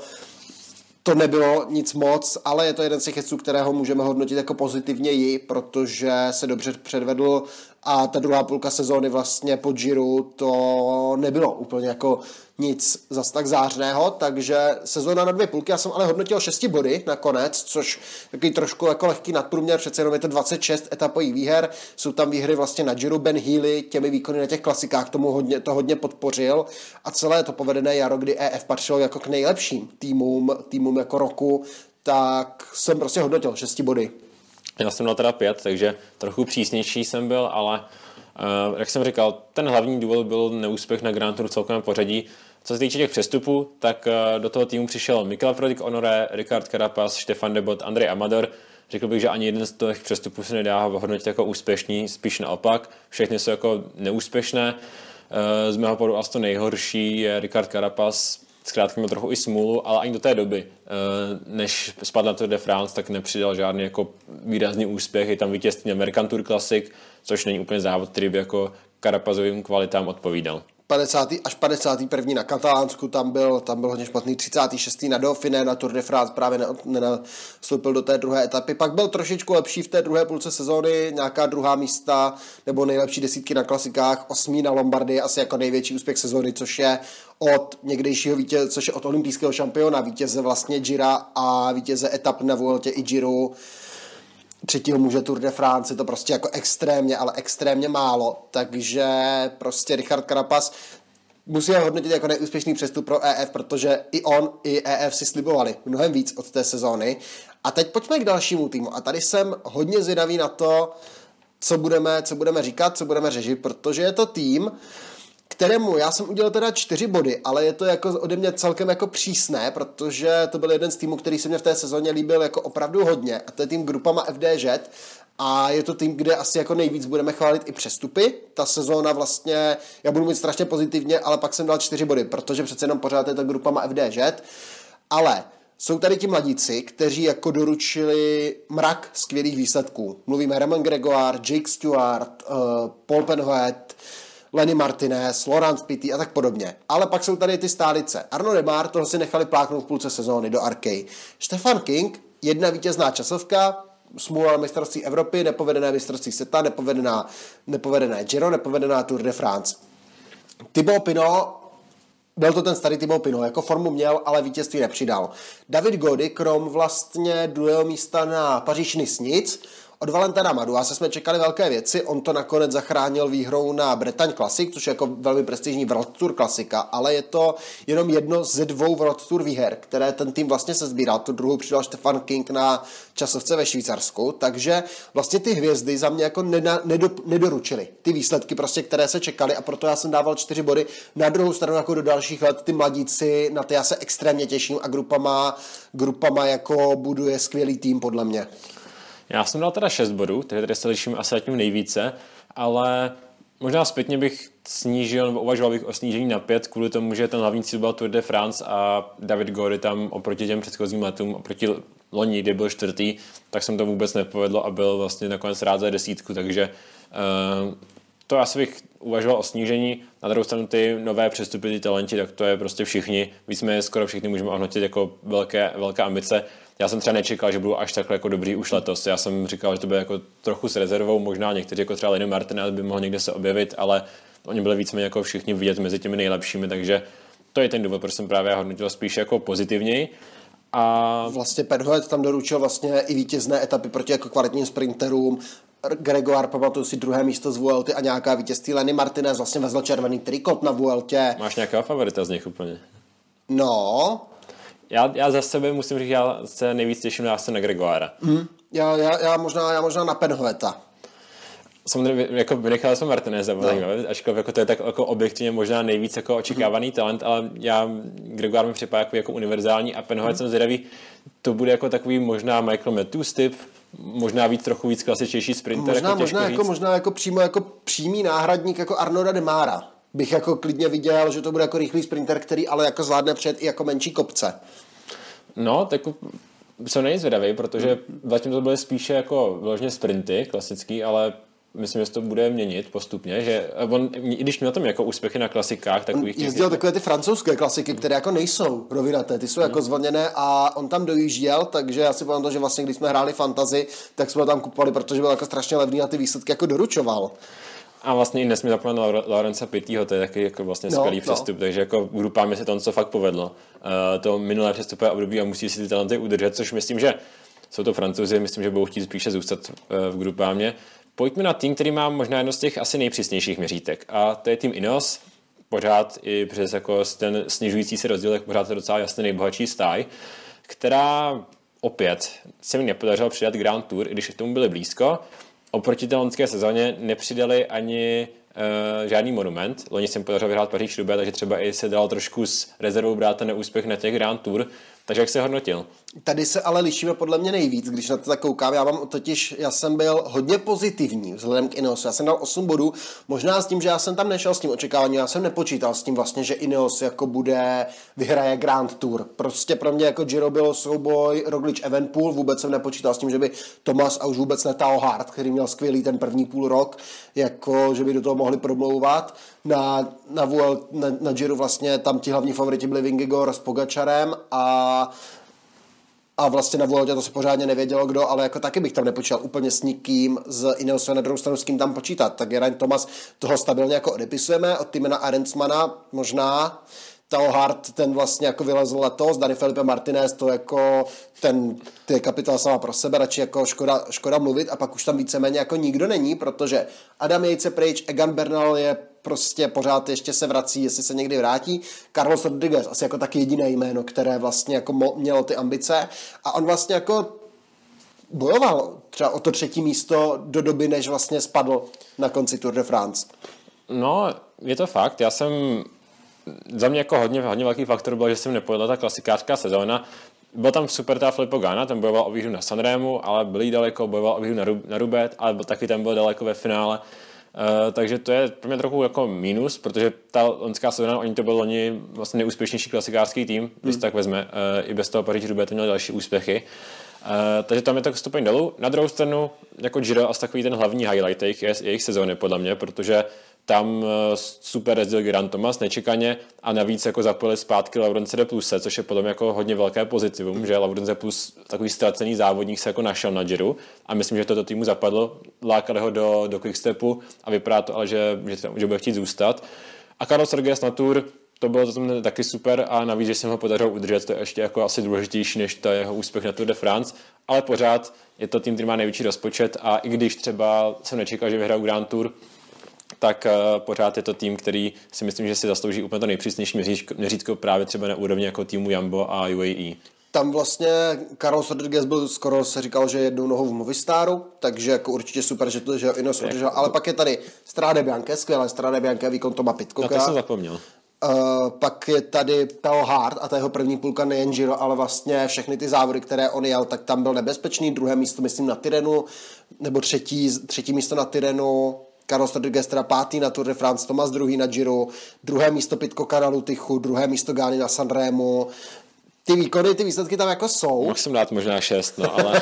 to nebylo nic moc, ale je to jeden z těch jezdců, kterého můžeme hodnotit jako pozitivněji, protože se dobře předvedl a ta druhá půlka sezóny vlastně po Giro to nebylo úplně jako nic zas tak zářného, takže sezóna na 2 půlky, já jsem ale hodnotil 6 body nakonec, což takový trošku jako lehký nadprůměr, přece jenom je to 26 etapových výher, jsou tam výhry vlastně na Giro. Ben Healy těmi výkony na těch klasikách to hodně podpořil a celé to povedené jaro, kdy EF patřilo jako k nejlepším týmům jako roku, tak jsem prostě hodnotil 6 body. Já jsem dal teda 5, takže trochu přísnější jsem byl, ale jak jsem říkal, ten hlavní důvod byl neúspěch na Grand Tour v celkovém pořadí. Co se týče těch přestupů, tak do toho týmu přišel Mikel Frodik Honoré, Ricard Carapaz, Stefan Debot, Andrej Amador. Řekl bych, že ani jeden z těch přestupů se nedá hodnotit jako úspěšný, spíš naopak. Všechny jsou jako neúspěšné. Z mého pohledu asi to nejhorší je Ricard Carapaz. Zkrátka měl trochu i smůlu, ale ani do té doby, než spadl na Tour de France, tak nepřidal žádný jako výrazný úspěch. Je tam vítězství American Tour Classic, což není úplně závod, který by jako Carapazovým kvalitám odpovídal. 50. až 51. na Katalánsku, tam byl hodně špatný, 36. na Dauphiné, na Tour de France právě nenastoupil do té druhé etapy, pak byl trošičku lepší v té druhé půlce sezóny, nějaká druhá místa nebo nejlepší desítky na klasikách, 8. na Lombardii, asi jako největší úspěch sezóny, což je od někdejšího vítěze, což je od olympijského šampiona, vítěze vlastně Gira a vítěze etap na Vueltě i Giro, 3. muže Tour de France, je to prostě jako extrémně, ale extrémně málo, takže prostě Ricard Carapaz musíme hodnotit jako neúspěšný přestup pro EF, protože i on, i EF si slibovali mnohem víc od té sezóny. A teď pojďme k dalšímu týmu a tady jsem hodně zvědavý na to, co budeme říkat, co budeme řešit, protože je to tým, kterému já jsem udělal teda 4 body, ale je to jako ode mě celkem jako přísné, protože to byl jeden z týmů, který se mě v té sezóně líbil jako opravdu hodně a to je tým Groupama FDŽ a je to tým, kde asi jako nejvíc budeme chválit i přestupy. Ta sezóna vlastně, já budu mít strašně pozitivně, ale pak jsem dal 4 body, protože přece jenom pořád je to Groupama FDŽ, ale jsou tady ti mladíci, kteří jako doručili mrak skvělých výsledků. Mluvíme Romain Grégoire, Jake Stewart, Paul Penhoet, Lenny Martinez, Laurent Pitty a tak podobně. Ale pak jsou tady ty stálice. Arnaud Démare, toho si nechali pláknout v půlce sezóny do Arkej. Stefan King, jedna vítězná časovka, smůla mistrovství Evropy, nepovedené mistrovství světa, nepovedené Giro, nepovedená Tour de France. Thibaut Pinot, byl to ten starý Thibaut Pinot, jako formu měl, ale vítězství nepřidal. David Gody, krom vlastně druhého místa na Paříž-Nice, od Valentina Madouase jsme čekali velké věci, on to nakonec zachránil výhrou na Bretagne Classic, což je jako velmi prestižní World Tour klasika, ale je to jenom jedno ze 2 World Tour výher, které ten tým vlastně se sbíral. Tu druhou přidal Stefan King na časovce ve Švýcarsku, takže vlastně ty hvězdy za mě jako nedoručily ty výsledky prostě, které se čekaly a proto já jsem dával 4 body. Na druhou stranu jako do dalších let ty mladíci, na ty já se extrémně těším a Groupama jako buduje skvělý tým podle mě. Já jsem dal teda 6 bodů, takže tady se liším asi tím nejvíce, ale možná zpětně bych snížil, nebo uvažoval bych o snížení na 5, kvůli tomu, že ten hlavní cíl byl Tour de France a David Gody tam oproti těm předchozím letům, oproti loni, kdy byl 4., tak jsem to vůbec nepovedlo a byl vlastně nakonec rád za 10, takže to asi bych uvažoval o snížení. Na druhou stranu ty nové přestupy, ty talenti, tak to je prostě všichni. Víceméně skoro všichni můžeme ohodnotit jako velké ambice. Já jsem třeba nečekal, že budou až takhle jako dobrý už letos. Já jsem říkal, že to bude jako trochu s rezervou, možná někteří jako třeba Lenny Martinez by mohl někde se objevit, ale oni byli víceméně jako všichni vidět mezi těmi nejlepšími, takže to je ten důvod, proč jsem právě hodnotil spíš jako pozitivněji. A vlastně Penhoet tam doručil vlastně i vítězné etapy proti jako kvalitním sprinterům. Gregoire, pamatuju si, 2. místo z Vuelty a nějaká vítězství. Lenny Martinez vlastně vezl červený trikot na Vueltě. Máš nějakého favorita z nich úplně? No. Já za sebe musím říct, já se nejvíc těším na Gregoire. Já možná na Penhoeta. Samozřejmě jako vynechal jsem Martineze, ačkoliv jako to je tak jako objektivně možná nejvíc jako očekávaný talent, ale Gregoire mi připadá jako univerzální a Penhoet jsem zvědavý, to bude jako takový možná Michael Matthews typ, možná trochu víc klasičtější sprinter. Možná jako přímo jako přímý náhradník jako Arnaуда Démara. Bych jako klidně viděl, že to bude jako rychlý sprinter, který ale jako zvládne přijet i jako menší kopce. No, tak jsem nejzvědavý, protože zatím to byly spíše jako vyloženě sprinty klasický, ale myslím, že se to bude měnit postupně, že on, i když měl tam jako úspěchy na klasikách takových... On jezdil takové ty francouzské klasiky, které jako nejsou rovinaté, ty jsou jako zvlněné a on tam dojížděl, takže já si pamatuju, že vlastně když jsme hráli fantasy, tak jsme ho tam kupovali, protože byl jako strašně levný a ty výsledky jako doručoval. A vlastně i nesmí zapomenout Laurence Pittyho, to je taky jako vlastně skvělý přestup, takže jako v grupámě se to co fakt povedlo. To minulé přestupové období a musí si ty talenty udržet, což myslím, že jsou to Francouzi, myslím, že budou chtít spíše zůstat v grupámě. Pojďme na tým, který má možná jedno z těch asi nejpřísnějších měřítek a to je tým Ineos. Pořád i přes jako ten snižující se rozdíl, tak pořád je docela jasně nejbohatší stáj, která opět se mi nepodařilo přidat Grand Tour, i když k tomu byli blízko. Oproti té loňské sezóně nepřidali ani žádný monument. Loni jsem podařil vyhrát Paříž-Roubaix, takže třeba i se dal trošku s rezervou brát ten neúspěch na těch Grand Tour. Takže jak se hodnotil? Tady se ale lišíme podle mě nejvíc, když na to tak koukám. Já jsem byl hodně pozitivní vzhledem k Ineosu. Já jsem dal 8 bodů, možná s tím, že já jsem tam nešel s tím očekáváním, já jsem nepočítal s tím vlastně, že Ineos jako vyhraje Grand Tour. Prostě pro mě jako Giro byl souboj Roglič-Evenepoel, vůbec jsem nepočítal s tím, že by Thomas a už vůbec ne Tao Hart, který měl skvělý ten první půl rok, jako že by do toho mohli promlouvat. Na Giro vlastně tam ti hlavní favoriti byli Vingegaard s Pogačarem a vlastně na Vueltě to se pořádně nevědělo kdo, ale jako taky bych tam nepočítal úplně s nikým z Ineosu, na druhou stranu s kým tam počítat. Tak Geraint Thomas toho stabilně jako odepisujeme, od Timena Arendsmana možná, Tao Hart, ten vlastně jako vylezl letos, Dani Felipe Martinez, to jako ty je kapitola sama pro sebe, radši jako škoda mluvit a pak už tam víceméně jako nikdo není, protože Adam Yates je pryč, Egan Bernal je prostě pořád ještě se vrací, jestli se někdy vrátí. Carlos Rodriguez, asi jako taky jediné jméno, které vlastně jako mělo ty ambice a on vlastně jako bojoval třeba o to 3. místo do doby, než vlastně spadl na konci Tour de France. No, je to fakt, za mě jako hodně velký faktor byl, že jsem nepojedla ta klasikářská sezóna. Byl tam super ta Filippo Ganna, ten bojoval o výhru na Sanremu, ale byl daleko, bojoval o výhru na Roubaix, ale taky tam byl daleko ve finále. Takže to je pro mě trochu jako mínus, protože ta loňská sezóna, oni to byl loni vlastně nejúspěšnější klasikářský tým, když tak vezme, i bez toho Paříž-Roubaix to měl další úspěchy. Takže tam je to stupeň dolů. Na druhou stranu, jako Giro, asi takový ten hlavní highlight jejich sezóny podle mě, protože tam super jezdil Geraint Thomas nečekaně a navíc jako zapojili zpátky Laurence de Pluse, což je podle mě jako hodně velké pozitivum, že Laurence de Plus, takový ztracený závodník, se jako našel na Giro a myslím, že toto týmu zapadlo, lákali ho do Quickstepu a vypadá to ale, že bude chtít zůstat. A Carlos Rodriguez na Tour, to bylo to taky super a navíc, že jsem ho podařil udržet, to je ještě jako asi důležitější než ta jeho úspěch na Tour de France, ale pořád je to tým, který má největší rozpočet a i když třeba jsem nečekal, že vyhrál Grand Tour, tak pořád je to tým, který si myslím, že si zaslouží úplně to nejpřísnější měřítko právě třeba na úrovni jako týmu Jumbo a UAE. Tam vlastně Carlos Rodriguez byl skoro, se říkal, že jednou nohou v Movistaru, takže jako určitě super, že Ineos udržel, ale pak je tady Strade Bianche, skvělé Strade Bianche, výkon Toma Pidcocka. Na to jsem zapomněl. Pak je tady Tao Hart a ta jeho první půlka nejen Giro, ale vlastně všechny ty závody, které on jel, tak tam byl nebezpečný, druhé místo myslím na Tyrrhenu, nebo třetí místo na Tyrrhenu, Carlos Rodriguez teda 5. na Tour de France, Thomas 2. na Giro, druhé místo Pidcocka na Lutychu, druhé místo Ganny na Sanremu. Ty výkony, ty výsledky tam jako jsou. Mohl jsem dát možná 6, no, ale...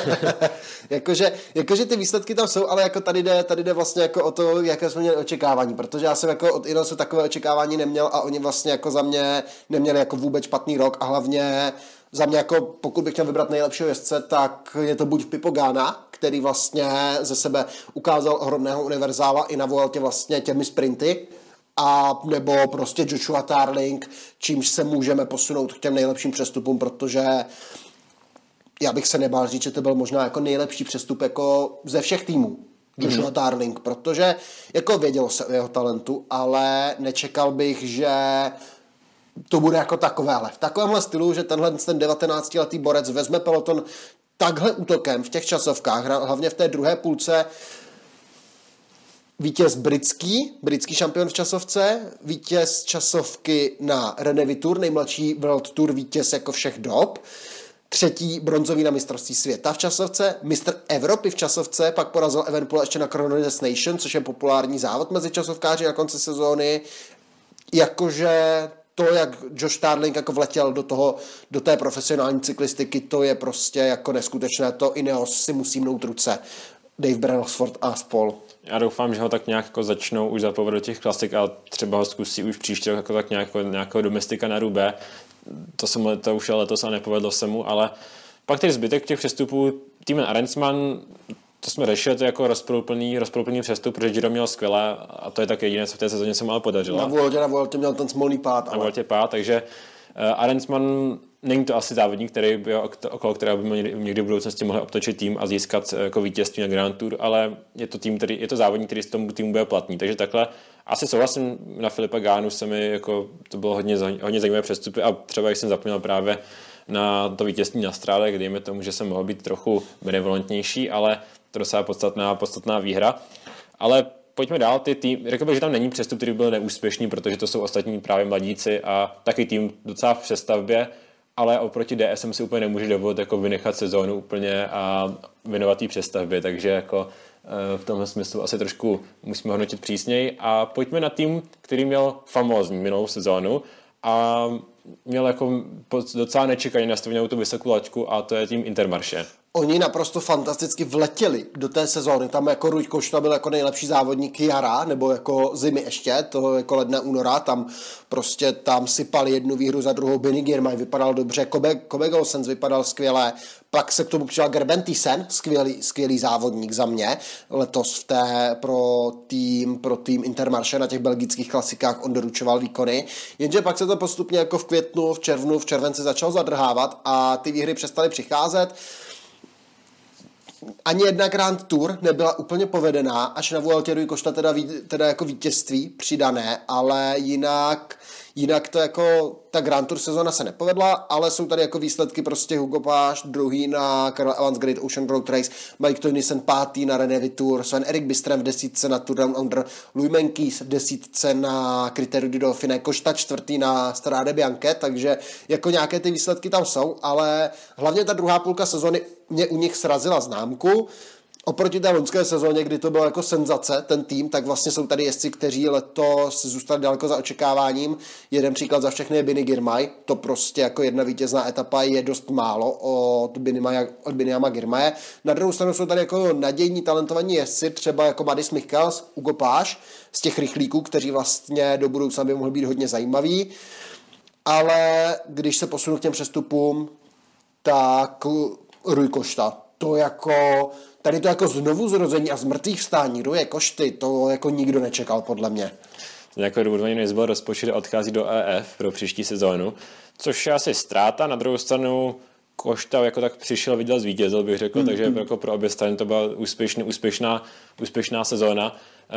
jakože ty výsledky tam jsou, ale jako tady jde vlastně jako o to, jaké jsme měli očekávání, protože já jsem jako od Ineosu takové očekávání neměl a oni vlastně jako za mě neměli jako vůbec špatný rok a hlavně za mě jako pokud bych měl vybrat nejlepšího jezdce, tak je to buď Pippo Ganna, který vlastně ze sebe ukázal ohromného univerzála i na Vueltě vlastně těmi sprinty, a nebo prostě Joshua Tarling, čímž se můžeme posunout k těm nejlepším přestupům, protože já bych se nebál říct, že to byl možná jako nejlepší přestup jako ze všech týmů. Joshua Tarling, protože jako vědělo se o jeho talentu, ale nečekal bych, že to bude jako takovéhle. V takovémhle stylu, že ten 19letý borec vezme peloton takhle útokem v těch časovkách, hlavně v té druhé půlce, vítěz britský šampion v časovce, vítěz časovky na René Tour, nejmladší World Tour vítěz jako všech dob, třetí bronzový na mistrovství světa v časovce, mistr Evropy v časovce, pak porazil Evenepoel ještě na Chrono Destination, což je populární závod mezi časovkáři na konci sezóny. Jakože to, jak Josh Tarling jako vletěl do té profesionální cyklistiky, to je prostě jako neskutečné. To Ineos si musí mnout ruce. Dave Brailsford a spol. Já doufám, že ho tak nějak jako začnou už zapovat do těch klasik a třeba ho zkusí už příští rok jako tak nějakého domestika na Roubaix. To už je letos a nepovedlo se mu, ale pak ten zbytek těch přestupů, Thymen Arensman, to jsme řešili, to je jako rozporuplný přestup, protože Giro měl skvěle a to je tak jediné, co v té sezóně se mu ale podařilo. Na Vueltě měl ten smolný pád. Na Vueltě pád, takže Arensman není to asi závodník, okolo kterého by někdy v budoucnosti mohl obtočit tým a získat jako vítězství na Grand Tour, ale je to závodník, který z tomu týmu bude platný. Takže takhle asi souhlasím, na Filipa Gánu to bylo hodně zajímavé přestupy a třeba jak jsem zapomněl právě na to vítězství na Strále, dejme tomu, že jsem mohl být trochu benevolentnější, ale to docela podstatná výhra. Ale pojďme dál, řekl bych, že tam není přestup, který byl neúspěšný, protože to jsou ostatní právě mladíci a taky tým docela v přestavbě, ale oproti DSM si úplně nemůže dovolit jako vynechat sezónu úplně a věnovat jí přestavbě, takže jako v tomhle smyslu asi trošku musíme hodnotit přísněji a pojďme na tým, který měl famózní minulou sezónu a měl jako docela nečekaně nastavenou tu vysokou laťku a to je tým Intermarché. Oni naprosto fantasticky vletěli do té sezóny. Tam jako Rui Costa byl jako nejlepší závodník jara, nebo jako zimy ještě, toho jako ledna, února. Tam sypali jednu výhru za druhou. Benny Girmay vypadal dobře, Kobe Golsens vypadal skvěle. Pak se k tomu přidal Gerben Thyssen, skvělý závodník za mě. Letos pro tým Intermarché na těch belgických klasikách on doručoval výkony. Jenže pak se to postupně jako v květnu, v červnu, v červenci začalo zadrhávat a ty výhry přestaly přicházet. Ani jedna Grand Tour nebyla úplně povedená, až na Vueltě Rui Costa teda jako vítězství přidané, ale jinak to jako ta Grand Tour sezona se nepovedla, ale jsou tady jako výsledky prostě Hugo Páš, druhý na Karel Evans Great Ocean Road Race, Mike Teunissen pátý na René Tour, Sven-Erik Byström v desítce na Tour Down Under, Louis Meintjes v desítce na Critérium du Dauphiné, Costa čtvrtý na Strade Bianche, takže jako nějaké ty výsledky tam jsou, ale hlavně ta druhá půlka sezony mě u nich srazila známku. Oproti té loňské sezóně, kdy to bylo jako senzace, ten tým, tak vlastně jsou tady jezdci, kteří letos zůstali daleko za očekáváním. Jeden příklad za všechny je Benny Girmay. To prostě jako jedna vítězná etapa je dost málo od Binyama Girmaye. Na druhou stranu jsou tady jako nadějní, talentovaní jezdci, třeba jako Mads Michels, Hugo Páš, z těch rychlíků, kteří vlastně do budoucna by mohli být hodně zajímaví. Ale když se posunu k těm přestupům, tak Rui Costa, tady to jako znovu zrození a z mrtvých vstání Ruje Costy, to jako nikdo nečekal podle mě. Jako důvodně nezbyl rozpočet odchází do EF pro příští sezónu, což je asi ztráta, na druhou stranu Costa jako tak přišel, viděl, zvítězil bych řekl, takže jako pro obě strany to byla úspěšná sezóna.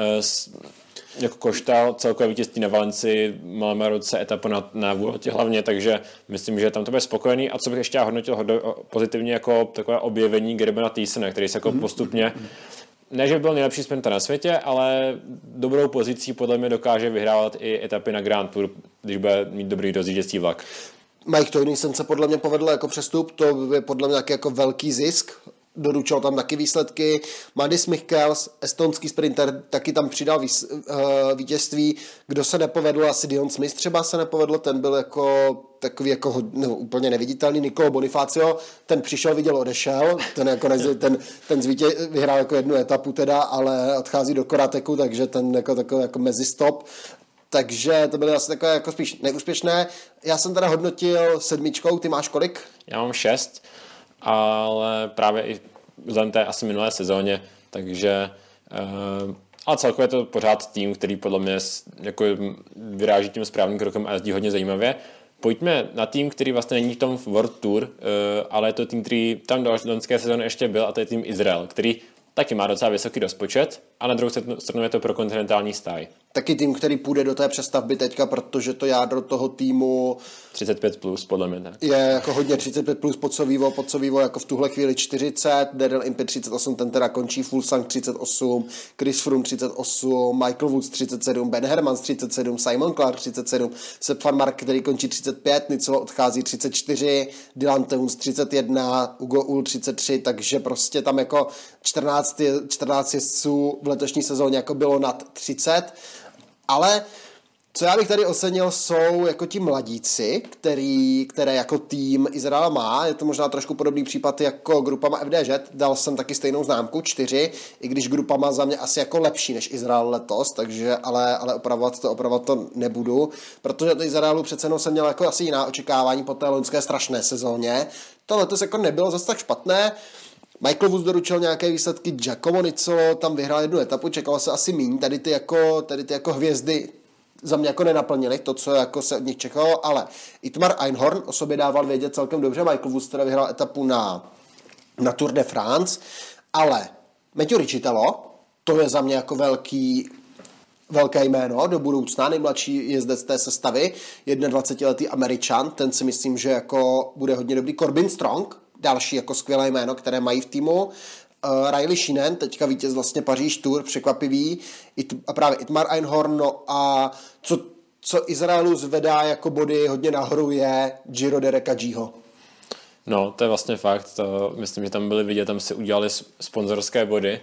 Jako Costa celkové vítězství na Valencii, máme roce etapu na Vueltě hlavně, takže myslím, že tam to bude spokojený. A co bych ještě hodnotil pozitivně jako takové objevení Gerbena Thysena, který se jako postupně, ne, že by byl nejlepší sprinter na světě, ale dobrou pozicí podle mě dokáže vyhrávat i etapy na Grand Tour, když bude mít dobrý rozjížděcí vlak. Mike Teunissen se podle mě povedl jako přestup, to je podle mě jako velký zisk. Doručil tam taky výsledky. Mads Michels, estonský sprinter, taky tam přidal vítězství. Kdo se nepovedl, asi Dion Smith třeba se nepovedl, ten byl jako takový jako úplně neviditelný. Nicolo Bonifacio, ten přišel, viděl, odešel, ten vyhrál jako jednu etapu teda, ale odchází do Korateku, takže ten jako takový jako mezistop. Takže to byly asi takové jako spíš neúspěšné. Já jsem teda hodnotil 7, ty máš kolik? Já mám 6. Ale právě i vzhledem té asi minulé sezóně, takže Ale celkově je to pořád tým, který podle mě jako vyráží tím správným krokem a jezdí hodně zajímavě. Pojďme na tým, který vlastně není v tom World Tour, ale je to tým, který tam do loňské sezóny ještě byl, a to je tým Izrael, který taky má docela vysoký rozpočet a na druhou stranu je to pro kontinentální stáj. Taky tým, který půjde do té přestavby teďka, protože to jádro toho týmu 35+, podle mě. Tak. Je jako hodně 35+, Podsovivo jako v tuhle chvíli 40, Daryl Impey 38, ten teda končí, Fulsang 38, Chris Froome 38, Michael Woods 37, Ben Hermans 37, Simon Clark 37, Sepp van Mark, který končí 35, Nicolo odchází 34, Dylan Teuns 31, Ugo Ull 33, takže prostě tam jako 14 jezdců v letošní sezóně jako bylo nad 30, ale co já bych tady ocenil, jsou jako ti mladíci, které jako tým Izrael má. Je to možná trošku podobný případ jako Groupama FDŽ. Dal jsem taky stejnou známku, 4, i když Groupama za mě asi jako lepší než Izrael letos, takže ale opravovat to nebudu, protože to Izraelu přece jenom jsem měl jako asi jiná očekávání po té loňské strašné sezóně. To letos jako nebylo zase tak špatné. Michael Woods doručil nějaké výsledky, Giacomo Nicolo tam vyhrál jednu etapu, čekalo se asi míň, tady ty jako hvězdy za mě jako nenaplnili to, co jako se od nich čekalo, ale Itmar Einhorn o sobě dával vědět celkem dobře, Michael Woods teda vyhrál etapu na Tour de France, ale Matthew Richitello, to je za mě jako velké jméno do budoucna, nejmladší jezdec té sestavy, 21letý Američan, ten si myslím, že jako bude hodně dobrý. Corbin Strong, další jako skvělé jméno, které mají v týmu. Riley Sheehan, teďka vítěz vlastně Paříž Tour, překvapivý. A právě Itmar Einhorn, no a co Izraelu zvedá jako body hodně nahoru je Giro Dereka Gího. No, to je vlastně fakt. To, myslím, že tam byli vidět, tam si udělali sponzorské body.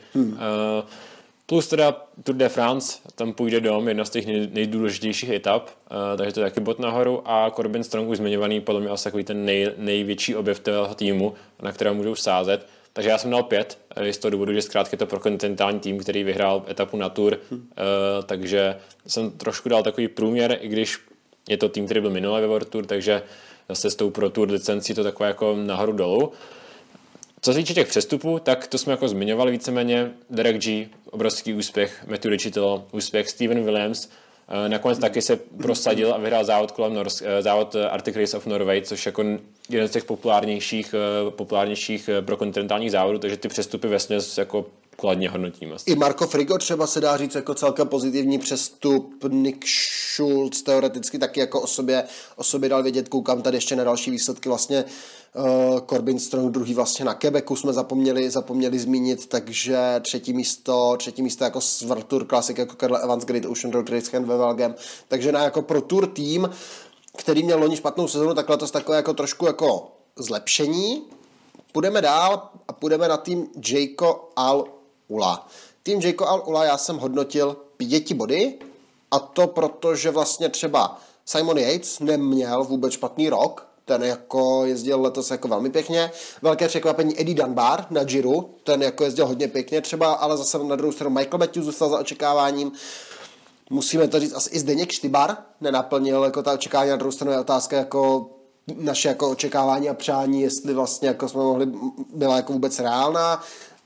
Plus teda Tour de France, tam půjde dom, jedna z těch nejdůležitějších etap, takže to je taky bod nahoru a Corbin Strong už zmiňovaný, podle mě asi takový ten největší objev toho týmu, na kterého můžou sázet. Takže já jsem dal 5, z toho důvodu, že zkrátka je to pro kontinentální tým, který vyhrál etapu na Tour, takže jsem trošku dal takový průměr, i když je to tým, který byl minule ve World Tour, takže zase s tou Pro Tour licencí to takové jako nahoru dolů. Co se týče těch přestupů, tak to jsme jako zmiňovali víceméně. Derek G, obrovský úspěch, Matthew Richitello, úspěch, Steven Williams, nakonec taky se prosadil a vyhrál závod Arctic Race of Norway, což jako jeden z těch populárnějších pro kontinentálních závodů, takže ty přestupy vesměs jako kladně hodnotíme. I Marco Frigo třeba se dá říct jako celkem pozitivní přestup, Nick Schulz teoreticky taky jako o sobě dal vědět, koukám tady ještě na další výsledky vlastně Corbin Strong druhý vlastně na Quebecu jsme zapomněli zmínit, takže třetí místo jako World Tour Classic jako Karl Evans, Great Ocean Road Race ve Velgem, takže na jako Pro Tour tým, který měl loni špatnou sezonu, tak letos takové jako trošku jako zlepšení. Půjdeme dál a půjdeme na tým Jayco Al-Ula. Tým Jayco Al-Ula já jsem hodnotil 5 body a to proto, že vlastně třeba Simon Yates neměl vůbec špatný rok, ten jako jezdil letos jako velmi pěkně. Velké překvapení Eddie Dunbar na Giro, ten jako jezdil hodně pěkně třeba, ale zase na druhou stranu Michael Matthews zůstal za očekáváním. Musíme to říct, asi i Zdeněk Štybar nenaplnil jako ta očekávání, na druhou stranu je otázka jako naše jako očekávání a přání, jestli vlastně jako jsme byla jako vůbec reálná.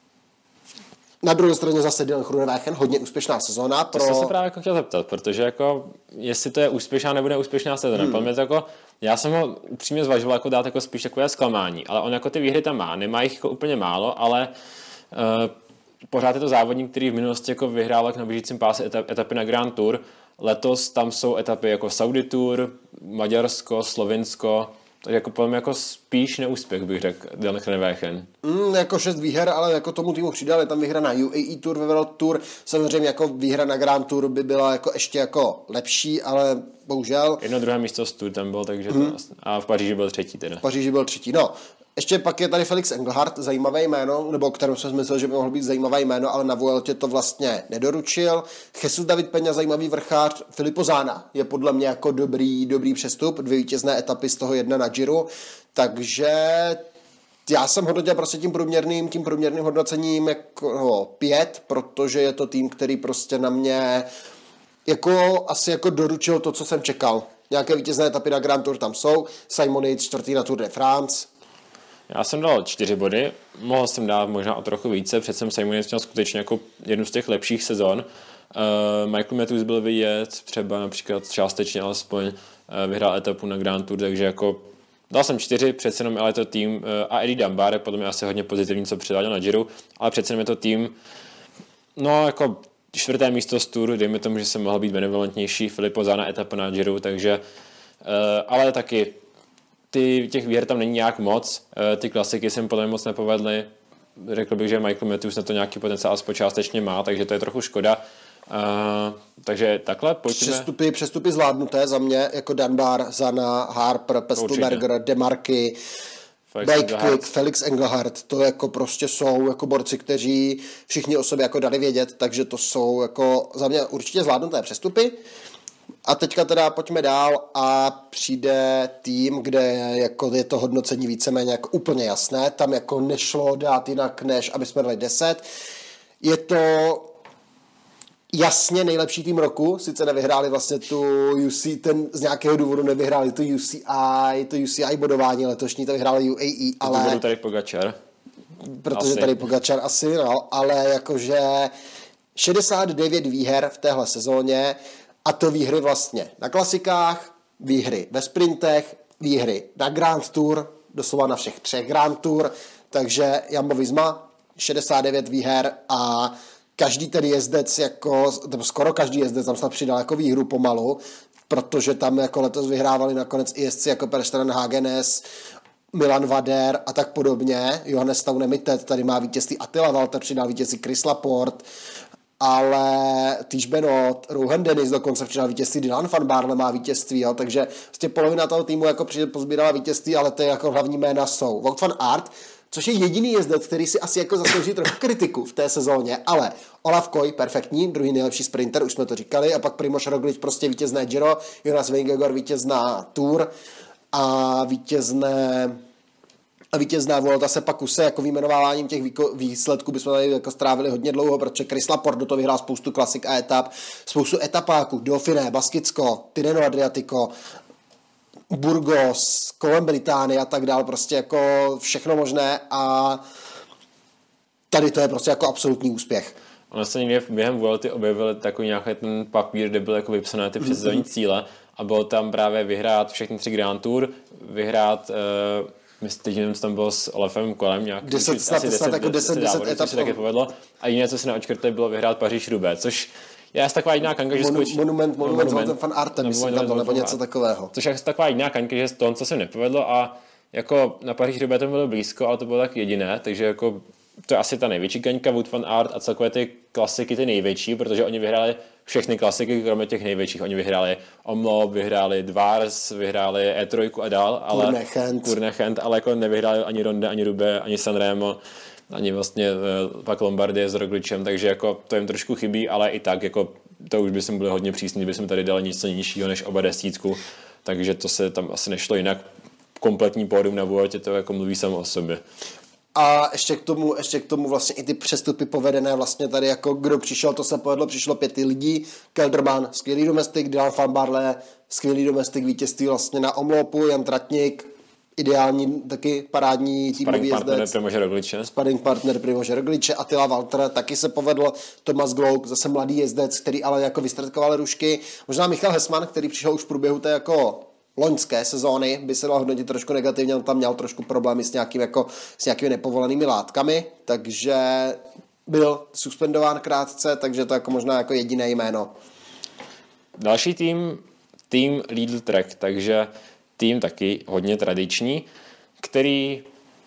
Na druhé straně zase Dylan Groenewegen, hodně úspěšná sezóna. To jsem se právě jako chtěl zeptat, protože jako, jestli to je úspěšná nebo neúspěšná sezóna. Jako, já jsem ho upřímně zvažoval jako dát jako spíš takové zklamání, ale on jako ty výhry tam má jich jako úplně málo, ale pořád je to závodník, který v minulosti jako vyhrál na běžícím páse etapy na Grand Tour. Letos tam jsou etapy jako Saudi Tour, Maďarsko, Slovinsko, takže jako podle mě jako spíš neúspěch bych řekl Dylan Groenewegen. Jako 6 výher, ale jako tomu týmu přidali, tam výhra na UAE Tour, ve World Tour, samozřejmě jako výhra na Grand Tour by byla jako ještě jako lepší, ale bohužel. 1. místo z Tour tam bylo, takže to vlastně. A v Paříži byl 3. teda. V Paříži byl 3. No. Ještě pak je tady Felix Engelhardt, zajímavé jméno, nebo o kterém jsem myslel, že by mohl být zajímavé jméno, ale na Vueltě to vlastně nedoručil. Jesus David Peña, zajímavý vrchář. Filippo Zana je podle mě jako dobrý přestup, 2 vítězné etapy, z toho 1 na Giro, takže já jsem hodnotil prostě tím průměrným hodnocením jako 5, protože je to tým, který prostě na mě jako asi jako doručil to, co jsem čekal. Nějaké vítězné etapy na Grand Tour tam jsou, Simon Yates 4. na Tour de France. Já jsem dal 4 body, mohl jsem dát možná o trochu více, přece jsem Simonic měl skutečně jako jednu z těch lepších sezon. Michael Matthews byl vidět, třeba například částečně alespoň vyhrál etapu na Grand Tour, takže jako dal jsem 4, přece jenom ale je to tým a Eddie Dunbar je podle mě asi hodně pozitivní, co předváděl na Giro, ale přece jenom je to tým, no jako 4. místo z Tour, dejme tomu, že jsem mohl být benevolentnější, Filippo Zana etapa na Giro, takže ale taky těch výher tam není nějak moc, ty klasiky jsem podle mě moc nepovedly, řekl bych, že Michael Matthews na to nějaký potenciál aspoň částečně má, takže to je trochu škoda. Takže takhle pojďme. Přestupy zvládnuté za mě, jako Dunbar, Zana, Harper, Pestelberger, Demarky, Bike, Felix Engelhardt, to jako prostě jsou jako borci, kteří všichni o sobě jako dali vědět, takže to jsou jako za mě určitě zvládnuté přestupy. A teďka teda pojďme dál a přijde tým, kde jako je to hodnocení víceméně jako úplně jasné, tam jako nešlo dát jinak, než aby jsme dali 10. Je to jasně nejlepší tým roku, sice nevyhráli vlastně tu UC, ten z nějakého důvodu nevyhráli tu UCI bodování letošní, to vyhráli UAE, ale... To byl tady Pogačar. Protože asi. Tady Pogačar asi, no, ale jakože 69 výher v téhle sezóně a to výhry vlastně na klasikách, výhry ve sprintech, výhry na Grand Tour, doslova na všech 3 Grand Tour, takže Jumbo Visma 69 výher a každý ten jezdec, jako, skoro každý jezdec tam snad přidal jako výhru pomalu, protože tam jako letos vyhrávali nakonec i jezdci jako Per Sternhagenes, Milan Vader a tak podobně. Johannes Staunemitted tady má vítězství, Attila Valter přidal vítězství, Chris Laporte, ale Tish Benoit, Rohan Dennis dokonce přidal vítězství, Dylan van Baarle má vítězství, jo, takže vlastně polovina toho týmu jako pozbírala vítězství, ale ty jako hlavní jména jsou Wout van Aert, což je jediný jezdec, který si asi jako zaslouží trochu kritiku v té sezóně, ale Olaf Koy, perfektní, druhý nejlepší sprinter, už jsme to říkali, a pak Primož Roglič, prostě vítězné Giro, Jonas Vingegaard vítězná Tour a vítězná Vuelta se pak use jako vyjmenováváním těch výsledků bychom tady jako strávili hodně dlouho, protože Chris Laporte do toho vyhrál spoustu klasik a etap, spoustu etapáků, Dauphiné, Baskicko, Tirreno Adriatico, Burgos, kolem Británie a tak dál, prostě jako všechno možné a tady to je prostě jako absolutní úspěch. Ono se někde během Vuelty objevil takový nějaký ten papír, kde byl jako vypsané ty předsezónní cíle a bylo tam právě vyhrát všechny 3 Grand Tour, vyhrát myslím, že tam byl s Olafem kolem nějak 10 etap se taky povedlo a jiné, co se neočkrtli, bylo vyhrát Paříž-Roubaix, což je asi taková jiná kanka, že Monument Van Artem, myslím tam byl, nebo něco takového. Což je taková jiná kanka, že z toho, co se nepovedlo a jako na Paříž-Roubaix to bylo blízko, ale to bylo tak jediné, takže jako to je asi ta největší kaňka, Wout van Aert a celkově ty klasiky ty největší, protože oni vyhráli všechny klasiky, kromě těch největších. Oni vyhráli Omloop, vyhráli Dvars, vyhráli E3 a dál, ale Tournechent, ale jako nevyhráli ani Ronde, ani Roubaix, ani Sanremo, ani vlastně pak Lombardie s Rogličem, takže jako to jim trošku chybí, ale i tak jako to už bychom byli hodně přísní, kdybychom tady dali něco nižšího než oba desítku, takže to se tam asi nešlo jinak. Kompletní pódium na Vueltě to jako mluví samo o sobě. A ještě k tomu vlastně i ty přestupy povedené vlastně tady jako kdo přišel, to se povedlo, přišlo 5 lidí, Kelderman, skvělý domestik, Dylan van Baarle, skvělý domestik, vítězství vlastně na Omloopu, Jan Tratnik, ideální taky parádní týmový jezdec. Sparring partner Primože Rogliče, Attila Valter, taky se povedlo, Thomas Glock, zase mladý jezdec, který ale jako vystrkoval rušky, možná Michal Hessmann, který přišel už v průběhu té jako loňské sezóny, by se dal hodnotit trošku negativně, on tam měl trošku problémy s nějakými nepovolenými látkami, takže byl suspendován krátce, takže to jako možná jako jediné jméno. Další tým Lidl Trek, takže tým taky hodně tradiční, který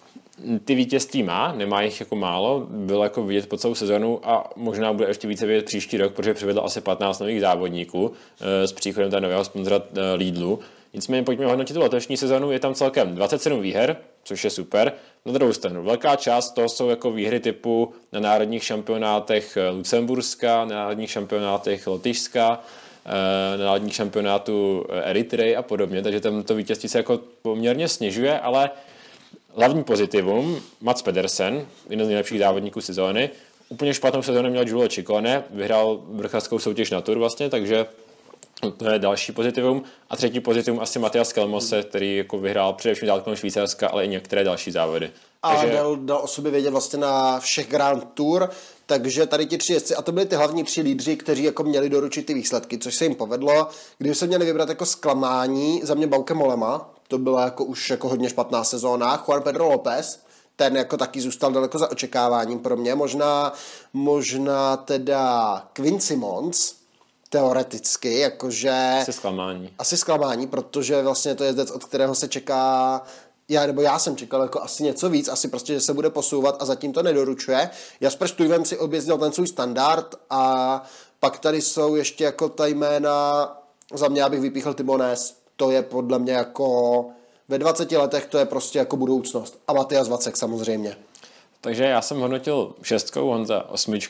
ty vítězství nemá jich jako málo, bylo jako vidět po celou sezonu a možná bude ještě více vidět příští rok, protože přivedl asi 15 nových závodníků s příchodem toho nového sponzora Lidlu. Nicméně pojďme hodnotit tu letošní sezonu, je tam celkem 27 výher, což je super. Na druhou stranu, velká část toho jsou jako výhry typu na národních šampionátech Lucemburska, na národních šampionátech Lotyšska, na národních šampionátu Eritreji a podobně, takže tam to vítězství se jako poměrně snižuje, ale hlavní pozitivum, Mats Pedersen, jeden z nejlepších závodníků sezóny, úplně špatnou sezónu měl Giulio Ciccone, vyhrál vrchařskou soutěž na Tour vlastně, takže To je další pozitivum. A třetí pozitivum asi Matias Kelmose, který jako vyhrál především dálkovou Švýcarska, ale i některé další závody. A dal o sobě vědět vlastně na všech Grand Tour, takže tady ti 3 jezdci, a to byli ty hlavní 3 lídři, kteří jako měli doručit ty výsledky, což se jim povedlo. Kdyby se měli vybrat jako zklamání, za mě Bauke Mollema, to byla jako už jako hodně špatná sezóna, Juan Pedro López, ten jako taky zůstal daleko za očekáváním pro mě, možná teda Quincy Mons, teoreticky, jakože... Asi zklamání, protože vlastně to je jezdec, od kterého se čeká... Já jsem čekal jako asi něco víc, asi prostě, že se bude posouvat a zatím to nedoručuje. Jasper Stuyven si objezdil ten svůj standard a pak tady jsou ještě jako ta jména, za mě abych vypíchl Timones, to je podle mě jako ve 20 letech to je prostě jako budoucnost. A Matias Vacek samozřejmě. Takže já jsem hodnotil 6, Honza 8,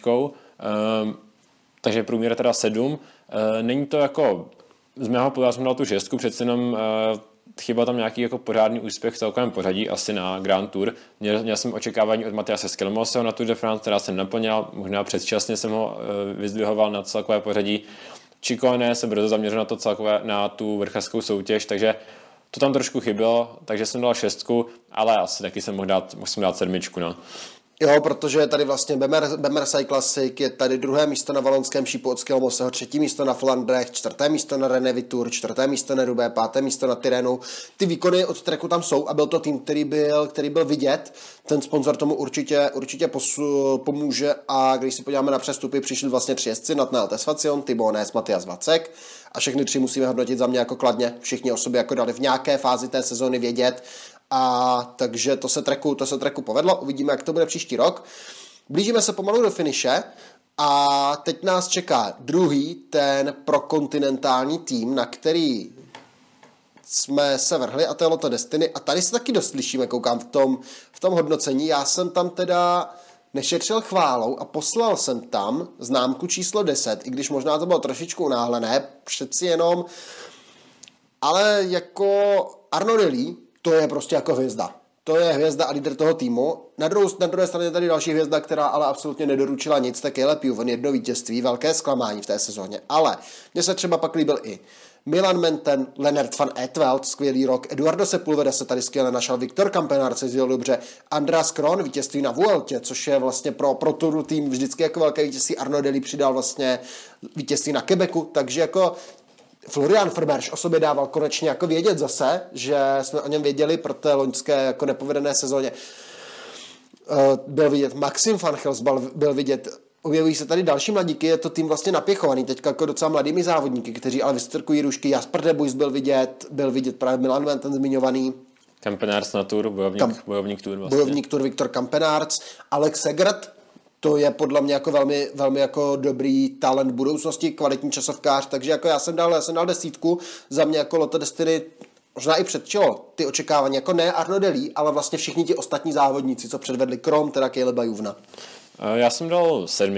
takže průměr teda 7. Není to jako, z mého pohledu jsem dal tu 6, přece jenom chyba tam nějaký jako pořádný úspěch v celkovém pořadí, asi na Grand Tour. Měl jsem očekávání od Matiase Skelmoseho na Tour de France, která jsem naplnil, možná předčasně jsem ho vyzdvihoval na celkové pořadí. Ciccone se brzo zaměřil na to celkové, na tu vrchařskou soutěž, takže to tam trošku chybělo, takže jsem dal 6, ale asi taky jsem mohl dát 7, no. Jo, protože je tady vlastně Bemersay Classic, je tady 2. místo na valonském šípu od Skelmoseho, 3. místo na Flandrech, 4. místo na Rennes Tour, 4. místo na Roubaix, 5. místo na Tyrrhenu. Ty výkony od Treku tam jsou a byl to tým, který byl vidět. Ten sponzor tomu určitě pomůže a když si podíváme na přestupy, přišli vlastně 3 jezdci, Nathanael Tesfacion, Thibaut Nés, Matias Vacek a všechny 3 musíme hodnotit za mě jako kladně. Všichni o sobě jako dali v nějaké fázi té sezóny vědět. A takže to se treku povedlo, uvidíme, jak to bude příští rok. Blížíme se pomalu do finiše a teď nás čeká druhý, ten prokontinentální tým, na který jsme se vrhli, a to je Lotto Destiny. A tady se taky dost slyšíme, koukám v tom hodnocení. Já jsem tam teda nešetřil chválou a poslal jsem tam známku číslo 10, i když možná to bylo trošičku unáhlené, přeci jenom, ale jako Arnaud Dély, to je prostě jako hvězda. To je hvězda a lídr toho týmu. Na druhé straně je tady další hvězda, která ale absolutně nedoručila nic, tak je Lepjuven, 1 vítězství, velké zklamání v té sezóně. Ale mně se třeba pak líbil i Milan Menten, Lennart van Eetveld, skvělý rok, Eduardo Sepulveda se tady skvěle našel, Viktor Kampenaerts se jezdil dobře, Andreas Kron, vítězství na Vueltě, což je vlastně pro Tour tým vždycky jako velké vítězství. Arnaud Dély přidal vlastně vítězství na Quebecu, takže jako Florian Vermeersch o sobě dával konečně jako vědět zase, že jsme o něm věděli pro té loňské jako nepovedené sezóně. Byl vidět Maxim van Gils, byl vidět, objevují se tady další mladíky, je to tým vlastně napěchovaný, teďka jako docela mladými závodníky, kteří ale vystrkují rušky. Jasper de Buys byl vidět právě Milan Menten zmiňovaný. Kampenaerts na Tour, bojovník Tour vlastně. Bojovník Tour Viktor Kampenaerts, Alex Segert, to je podle mě jako velmi, velmi jako dobrý talent budoucnosti, kvalitní časovkář, takže jako já jsem dal 10, za mě jako Lotto Destiny možná i předčilo ty očekávání, jako ne Arnaud Dély, ale vlastně všichni ti ostatní závodníci, co předvedli, krom teda Caleba Juvna. Já jsem dal 7.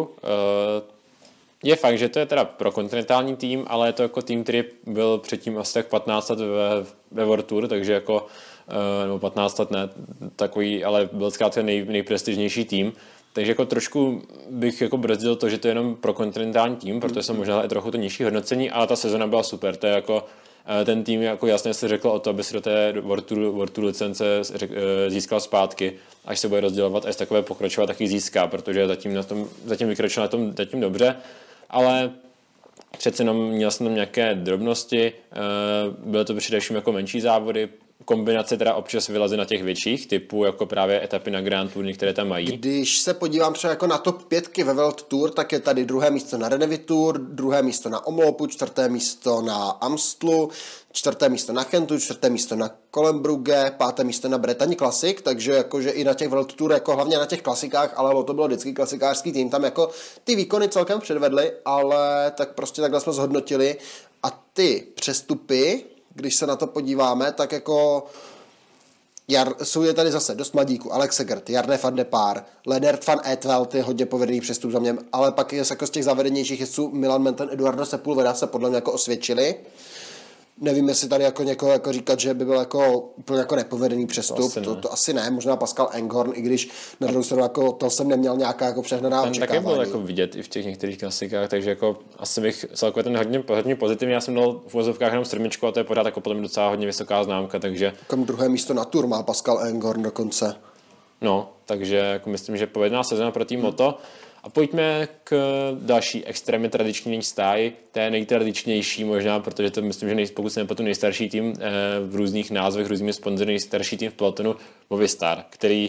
Je fakt, že to je teda pro kontinentální tým, ale je to jako tým, který byl předtím asi tak 15 let ve World Tour, takže jako, nebo 15 let ne, takový, ale byl zkrátka nejprestižnější tým. Takže jako trošku bych jako brzdil to, že to je jenom pro kontinentální tým, protože jsem možná i trochu to nižší hodnocení, ale ta sezona byla super. To je jako ten tým jako jasně se řekl o to, aby si do té World Tour licence získal zpátky, až se bude rozdělovat, až takové pokračovat, taky získá, protože zatím vykročil na tom zatím dobře, ale přece jenom měl jsem tam nějaké drobnosti, byly to především jako menší závody, kombinace teda občas vyleze na těch větších typů, jako právě etapy na Grand Tour, některé tam mají. Když se podívám třeba jako na top 5 ve World Tour, tak je tady 2. místo na Rennes Tour, 2. místo na Omlopu, 4. místo na Amstlu, 4. místo na Gentu, 4. místo na Colenbrugge, 5. místo na Bretagne Classic, takže jakože i na těch World Tour, jako hlavně na těch klasikách, ale to bylo vždycky klasikářský tým, tam jako ty výkony celkem předvedli, ale tak prostě takhle jsme zhodnotili a ty přestupy, když se na to podíváme, tak jako jsou je tady zase dost mladíků, Alex Segert, Jarne van de Paar, Lennart van Eetveld je hodně povedený přestup za mě, ale pak je jako z těch zavedenějších jezdců Milan Menten, Eduardo Sepulveda se podle mě jako osvědčili. Nevím, jestli tady jako někoho jako říkat, že by byl jako úplně jako nepovedený přestup, to asi ne, možná Pascal Enghorn, i když na druhou stranu jako to jsem neměl nějaká jako přehnaná očekávání. Taky byl jako vidět i v těch některých klasikách, takže jako asi bych celkově ten hodně pozitivní, já jsem dal v uvozovkách jenom strmičku a to je pořád jako podle mě docela hodně vysoká známka, takže... Kam druhé místo na Tour má Pascal Enghorn dokonce. No, takže jako myslím, že povedená sezóna pro tým Moto. A pojďme k další extrémně tradiční stáji, té nejtradičnější možná, protože to myslím, že pokud se nepletu nejstarší tým v různých názvech, různými sponzory, nejstarší tým v pelotonu Movistar, který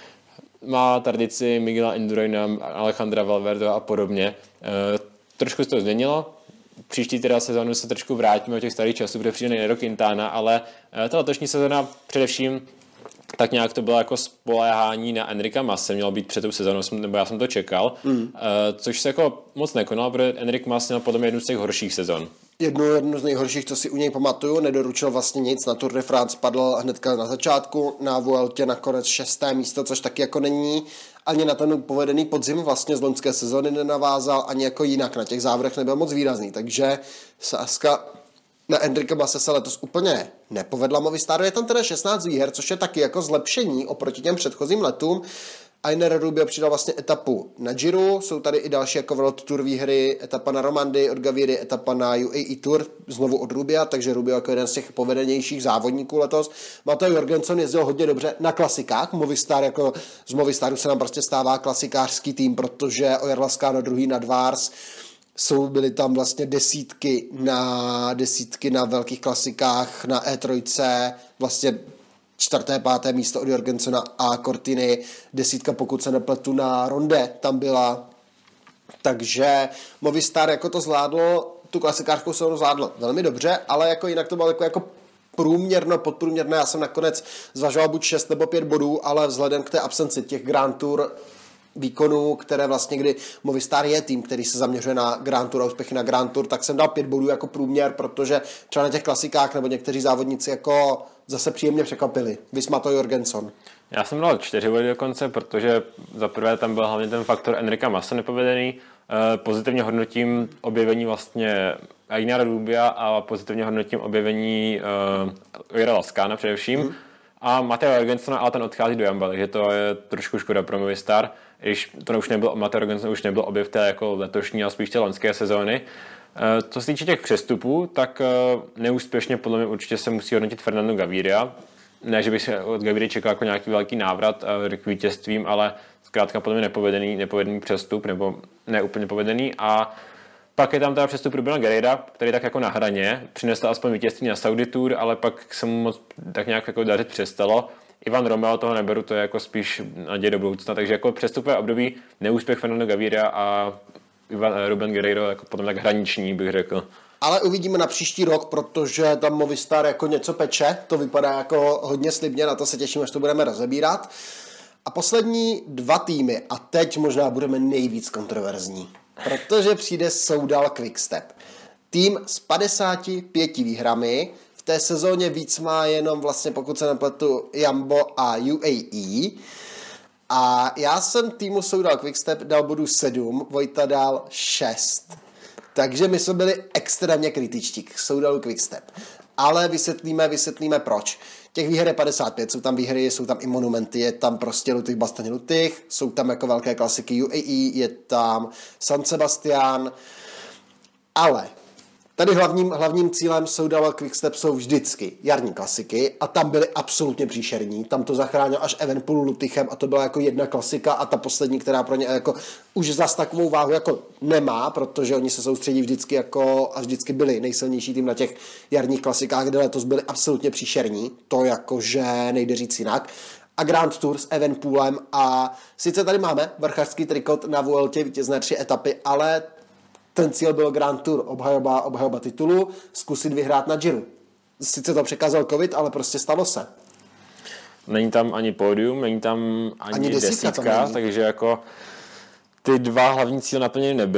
má tradici Miguela Induraina, Alejandra Valverde a podobně. Trošku se to změnilo. Příští teda sezónu se trošku vrátíme do těch starých časů, protože přijde Nairo Quintana, ale ta letošní sezóna především tak nějak to bylo jako spoléhání na Enrika Mase, mělo být před tou sezónou, nebo já jsem to čekal, což se jako moc nekonalo, protože Enric Mas měl podle mě jednu z těch horších sezon. Jednu z nejhorších, co si u něj pamatuju, nedoručil vlastně nic, na Tour de France padl hnedka na začátku, na Vueltě nakonec 6. místo, což taky jako není, ani na ten povedený podzim vlastně z loňské sezóny nenavázal, ani jako jinak na těch závodech nebyl moc výrazný, takže sázka na Enrika Mase se letos úplně nepovedla. Movistaru je tam teda 16 výher, což je taky jako zlepšení oproti těm předchozím letům. Ainer Rubio přidal vlastně etapu na Giro, jsou tady i další jako World Tour výhry, etapa na Romandii od Gaviry, etapa na UAE Tour, znovu od Rubia, takže Rubio jako jeden z těch povedenějších závodníků letos. Matteo Jorgenson jezdil hodně dobře na klasikách, Movistar jako z Movistaru se nám prostě stává klasikářský tým, protože Ojar Lascano druhý na Dvars, byly tam vlastně desítky na velkých klasikách, na E3, vlastně 4., 5. místo od Jorgensona a Cortiny, 10, pokud se nepletu, na Ronde tam byla. Takže Movistar jako to zvládlo, tu klasikářskou sezónu zvládlo velmi dobře, ale jako jinak to bylo jako průměrno, podprůměrné. Já jsem nakonec zvažoval buď 6 nebo 5 bodů, ale vzhledem k té absenci těch Grand Tour výkonů, které vlastně, kdy Movistar je tým, který se zaměřuje na Grand Tour a úspěchy na Grand Tour, tak jsem dal 5 bodů jako průměr, protože třeba na těch klasikách nebo někteří závodníci jako zase příjemně překvapili. Matteo Jorgenson. Já jsem dal 4 body dokonce, protože za prvé tam byl hlavně ten faktor Enrika Mase nepovedený. Pozitivně hodnotím objevení vlastně Ainara Rubia a pozitivně hodnotím objevení Ojara Lascana především. A Matteo Jorgensona, ale ten odchází do Jamba, takže to je trošku škoda pro Movistar. Když to už nebyl, Matteo Jorgenson už nebyl objev té jako letošní, ale spíš té loňské sezóny. Co se týče těch přestupů, tak neúspěšně podle mě určitě se musí hodnotit Fernando Gaviria. Ne, že bych se od Gaviry čekal jako nějaký velký návrat k vítězstvím, ale zkrátka podle mě nepovedený přestup, nebo neúplně povedený. A pak je tam teda přestup Rubena Guerreira, který tak jako na hraně přinesl aspoň vítězství na Saudi Tour, ale pak se mu moc tak nějak jako dařit přestalo. Ivan Romeo toho neberu, to je jako spíš naděje do budoucna, takže jako přestupové období neúspěch Fernando Gaviria a Ruben Guerreiro jako potom tak hraniční, bych řekl. Ale uvidíme na příští rok, protože tam Movistar jako něco peče, to vypadá jako hodně slibně, na to se těším, až to budeme rozebírat. A poslední 2 týmy, a teď možná budeme nejvíc kontroverzní, protože přijde Soudal Quickstep. Tým s 55 výhrami, v té sezóně víc má jenom vlastně, pokud se nepletu, Jumbo a UAE. A já jsem týmu Soudal Quickstep dal bodu 7, Vojta dal 6. Takže my jsme byli extrémně kritičtí k Soudalu Quickstep. Ale vysvětlíme proč. Těch výher je 55, jsou tam výhry, jsou tam i monumenty, je tam prostě Lutych, Bastaně Lutych, jsou tam jako velké klasiky UAE, je tam San Sebastian, ale tady hlavním cílem Soudal Quickstep jsou vždycky jarní klasiky a tam byly absolutně příšerní. Tam to zachránil až Evenepoel Lutychem a to byla jako jedna klasika a ta poslední, která pro ně jako už zas takovou váhu jako nemá, protože oni se soustředí vždycky jako a vždycky byli nejsilnější tým na těch jarních klasikách, kde letos byli absolutně příšerní. To jakože nejde říct jinak. A Grand Tour s Evenepoelem a sice tady máme vrchařský trikot na Vueltě, vítězné 3 etapy, ale ten cíl byl Grand Tour, obhajoba titulu, zkusit vyhrát na Giro. Sice to překázal covid, ale prostě stalo se. Není tam ani pódium, není tam ani desítka takže jako ty 2 hlavní cíle naplněny nebyly.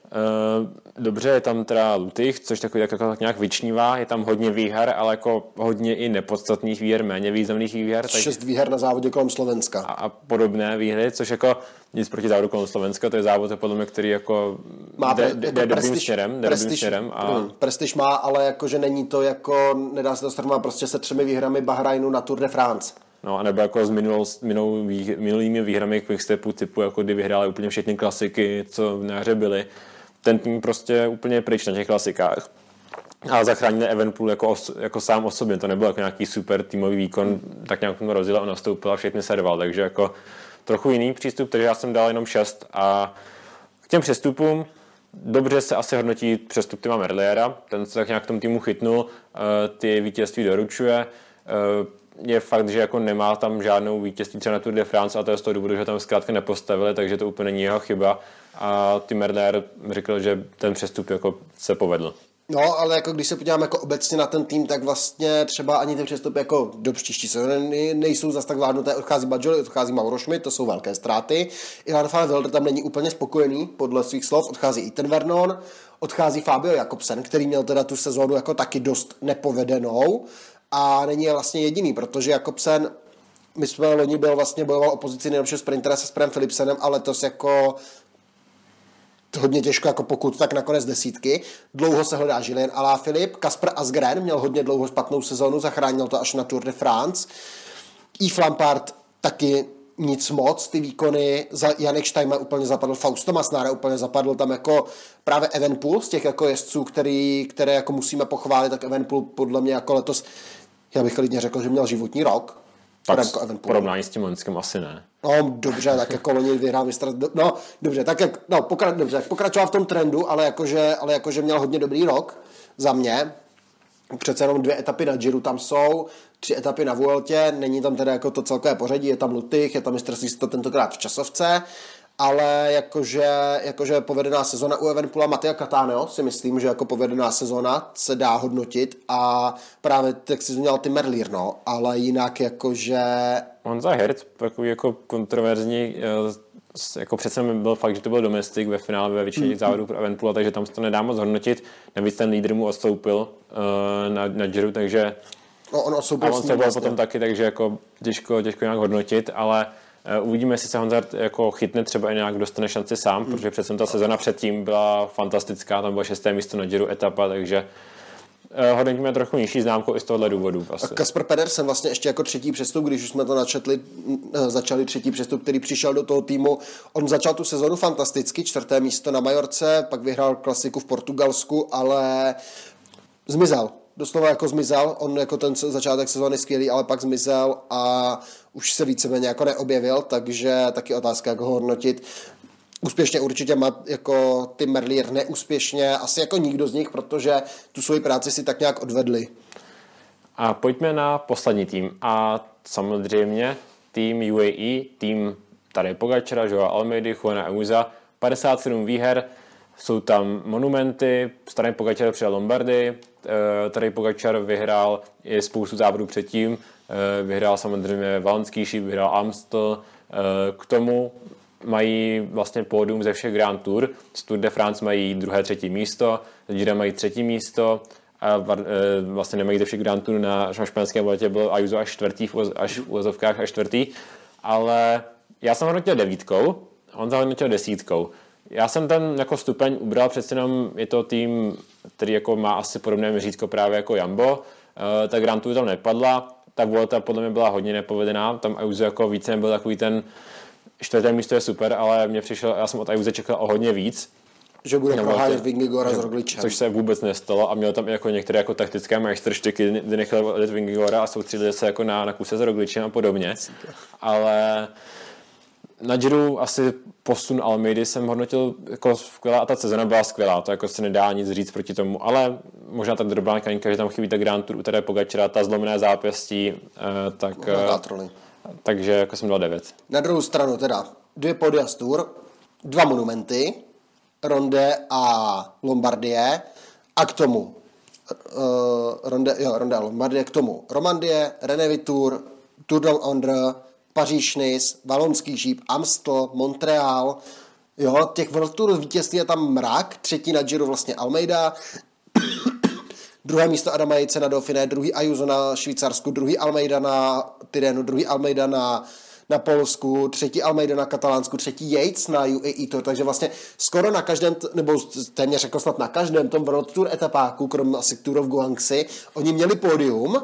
Dobře, je tam teda Lutych, což takový jako nějak vyčnívá, je tam hodně výher, ale jako hodně i nepodstatných výher, méně významných výher. 6 výher na závodě kolem Slovenska. A podobné výhry, což jako nic proti závodu kolem Slovenska, to je závod podle mě, který jako jde dobrým směrem. Prestiž má, ale jakože není to jako, nedá se to srovnat prostě se 3 výhrami Bahrajnu na Tour de France. No a nebo jako s minulými výhrami Quickstepu typu, jako kdy vyhráli úplně všechny klasiky, co na jaře byly. Ten tým prostě úplně pryč na těch klasikách. A zachránil Evenepoel jako sám o sobě. To nebyl jako nějaký super týmový výkon, tak nějak tomu rozjel a nastoupil a všechny serval. Takže jako trochu jiný přístup, takže já jsem dal jenom 6. A k těm přestupům dobře se asi hodnotí přestup Tima Merliera. Ten se tak nějak k tomu týmu chytnul, ty vítězství doručuje. Je fakt, že jako nemá tam žádnou vítězství třeba na Tour de France a to je z toho důvodu, že ho tam zkrátka nepostavili, takže to úplně není jeho chyba. A Tim Merlier řekl, že ten přestup jako se povedl. No, ale jako když se podíváme jako obecně na ten tým, tak vlastně třeba ani ty přestupy jako do příští sezóny nejsou zas tak vládnuté. Odchází Bajoli, odchází Mauro Schmidt, to jsou velké ztráty. Ilan van Wilder tam není úplně spokojený, podle svých slov. Odchází Ethan Vernon, odchází Fabio Jakobsen, který měl teda tu sezónu jako taky dost nepovedenou. A není vlastně jediný, protože Jakobsen, my jsme loni bojoval o pozici nejlepšího sprintera se Sprem Philipsenem, ale letos jako hodně těžko, jako pokud, tak nakonec desítky. Dlouho se hledá Julien Alaphilippe, Kasper Asgreen měl hodně dlouho špatnou sezónu, zachránil to až na Tour de France. Yves Lampard taky nic moc, ty výkony, Janek Steinman úplně zapadl, Fausto Masnada úplně zapadl, tam jako právě Evenepoel z těch jako jezdců, které jako musíme pochválit, tak Evenepoel podle mě jako letos, já bych klidně řekl, že měl životní rok. Tak porovnání s tím loňským asi ne. No dobře, tak jako loni vyhrál mistr, no dobře, tak jak, no pokračoval v tom trendu, ale jakože měl hodně dobrý rok za mě. Přece jenom 2 etapy na Giro tam jsou, 3 etapy na Vueltě, není tam teda jako to celkové pořadí, je tam Lutych, je tam mistrovství světa tentokrát v časovce, ale jakože povedená sezona u Evenepoela. Mattia Cattaneo si myslím, že jako povedená sezona se dá hodnotit a právě tak si změnil ty Merlier, no, ale jinak jakože... Honza Hirt, takový jako kontroverzní, jako přece byl fakt, že to byl domestik ve finále ve většině závodů pro Evenepoela, takže tam se to nedá moc hodnotit. Navíc ten lídr mu odstoupil na Giro, takže... No, on odstoupil vlastně potom taky, takže jako těžko nějak hodnotit, ale uvidíme, jestli se Honza jako chytne, třeba i nějak dostane šanci sám, protože přece ta sezona předtím byla fantastická, tam bylo 6. místo na Giro etapa, takže hodnotíme trochu nižší známkou i z tohohle důvodu. A Kasper Pedersen vlastně ještě jako třetí přestup, když už jsme to začali třetí přestup, který přišel do toho týmu. On začal tu sezonu fantasticky, 4. místo na Majorce, pak vyhrál klasiku v Portugalsku, ale zmizel. Doslova jako zmizel, on jako ten začátek sezóny skvělý, ale pak zmizel a už se víceméně jako neobjevil, takže taky otázka, jak ho hodnotit. Úspěšně určitě má jako Tim Merlier, neúspěšně asi jako nikdo z nich, protože tu svoji práci si tak nějak odvedli. A pojďme na poslední tým a samozřejmě tým UAE, tým Tadeje Pogačara, Joao Almeidy, Juana Ayusa, 57 výher, jsou tam monumenty, Tadej Pogačar přijel Lombardy, Tadej Pogačar vyhrál i spoustu závodů předtím, vyhrál samozřejmě Valonský šíp, vyhrál Amstel, k tomu mají vlastně pódium ze všech Grand Tour, z Tour de France mají 2., 3. místo, z Gira mají 3. místo a vlastně nemají ze všech Grand Tour na španělském Vueltě byl Ayuso až v uvozovkách až 4. Ale já jsem hodnotil 9, on zahodnotil 10. Já jsem ten jako stupeň ubral, přece jenom je to tým, který jako má asi podobné měřítko právě jako Jumbo. Ta Grand Tour tam nepadla, ta Vuelta podle mě byla hodně nepovedená, tam Ayuso jako více nebyl takový ten 4. místo je super, ale mě přišel, já jsem od Ayuso čekal o hodně víc. Že bude prohánět Vingegaarda s Rogličem. Což se vůbec nestalo a měl tam i jako některé jako taktické majstrštyky, kdy nechal odjet Vingegaarda a soustředili se jako na kuse s Rogličem a podobně. Ale na Giro asi posun Almeidy jsem hodnotil jako skvělá a ta sezona byla skvělá, to jako se nedá nic říct proti tomu, ale možná ta drobná kaňka, že tam chybí ta Grand Tour u Tadeje Pogačara, ta zlomené zápěstí, takže jako jsem dal 9. Na druhou stranu teda 2 pódia z Tour, 2 monumenty, Ronde a Lombardie a k tomu Ronde a Lombardie, k tomu Romandie, René Vitour, Tour Down Under, Paříž-Nice, Valonský šíp, Amstel, Montreal, Jo, těch World Tour vítězství je tam mrak, třetí na Giro vlastně Almeida, druhé místo Adama Jejce na Dauphiné, druhý Ayuso na Švýcarsku, druhý Almeida na Tyrrhenu, druhý Almeida na Polsku, třetí Almeida na Katalánsku, třetí Yates na UAE Tour, takže vlastně skoro na každém, nebo téměř jako snad na každém tom World Tour etapáku, krom asi Tour of Guangxi, oni měli pódium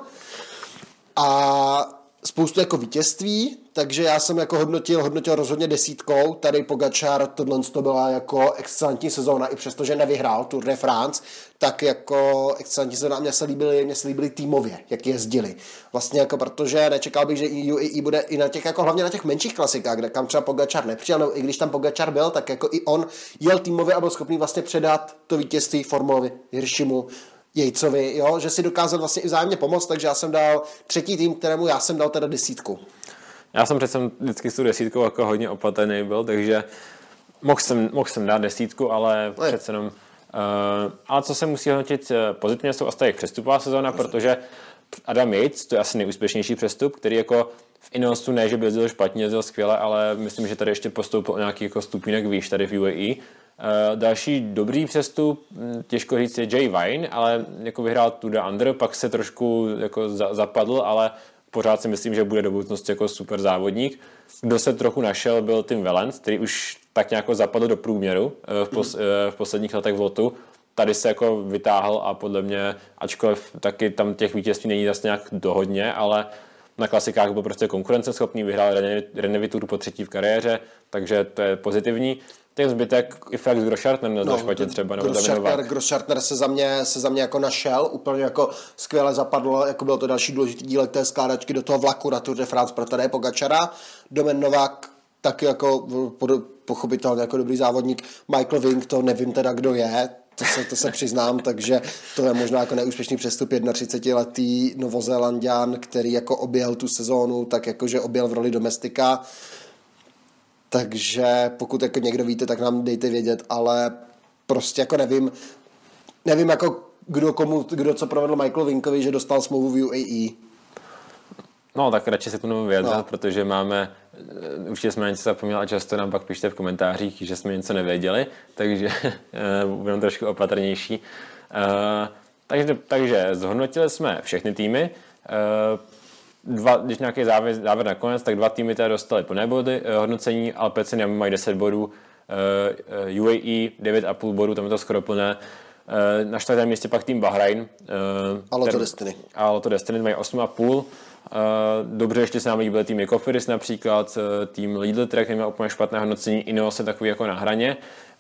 a spoustu jako vítězství, takže já jsem jako hodnotil rozhodně desítkou, tady Pogačar, tohle to byla jako excelentní sezóna, i přesto, že nevyhrál Tour de France, tak jako excelentní sezóna, mně se líbily týmově, jak jezdili. Vlastně jako protože nečekal bych, že UAE bude i na těch, jako hlavně na těch menších klasikách, kde kam třeba Pogačar nepřijel, no, i když tam Pogačar byl, tak jako i on jel týmově a byl schopný vlastně předat to vítězství Formovi, Hirschimu, Jejcovi, jo, že si dokázal vlastně i vzájemně pomoct, takže já jsem dal třetí tým, kterému já jsem dal teda desítku. Já jsem přece vždycky s tou desítkou jako hodně opatrný byl, takže mohl jsem dát desítku, ale přece jenom... ale co se musí hodnotit pozitivně, jsou asi přestupová sezóna, protože Adam Yates, to je asi nejúspěšnější přestup, který jako v Ineosu ne, že by jezdil špatně, jezdil skvěle, ale myslím, že tady ještě postoupil nějaký jako stupínek výš tady v UAE. Další dobrý přestup, těžko říct, je Jay Vine, ale jako vyhrál Tour de Under, pak se trošku jako zapadl, ale pořád si myslím, že bude do budoucnosti jako super závodník. Kdo se trochu našel, byl Tim Wellens, který už tak nějak zapadl do průměru v posledních letech v Lotu. Tady se jako vytáhl a podle mě, ačkoliv taky tam těch vítězství není zase nějak dohodně, ale na klasikách byl prostě konkurenceschopný, vyhrál Renevy Tour po třetí v kariéře, takže to je pozitivní. Ten zbytek i Felix Groschartner nebyl špatně třeba. Groschartner se za mě jako našel, úplně jako skvěle zapadl, jako byl to další důležitý dílek té skládačky do toho vlaku na Tour de France pro Tadeje Pogačara. Domen Novák taky jako pochopitelně jako dobrý závodník. Michael Wing, to nevím teda, kdo je, to se přiznám, takže to je možná jako neúspěšný přestup 31letý Novozélanďan, který jako objel tu sezónu, tak jakože objel v roli domestika. Takže pokud jako někdo víte, tak nám dejte vědět, ale prostě jako nevím jako kdo co provedl Michael Winkovi, že dostal smlouvu v UAE. No, tak radši se tomu vyjadřit, protože určitě jsme něco zapomněli a často nám pak pište v komentářích, že jsme něco nevěděli, takže budeme trošku opatrnější. Takže zhodnotili jsme všechny týmy. Když nějaký závěr nakonec, tak 2 týmy teda dostali plné body hodnocení, Alpecin mají 10 bodů, UAE 9,5 bodů, tam je to skoro plné. Na 4. místě pak tým Bahrain. A Lotto Destiny. A Lotto Destiny mají 8,5. Dobře, ještě se nám líbil tým Cofidis například, tým Lidl Trek, který má úplně špatné hodnocení, Ineos je takový jako na hraně.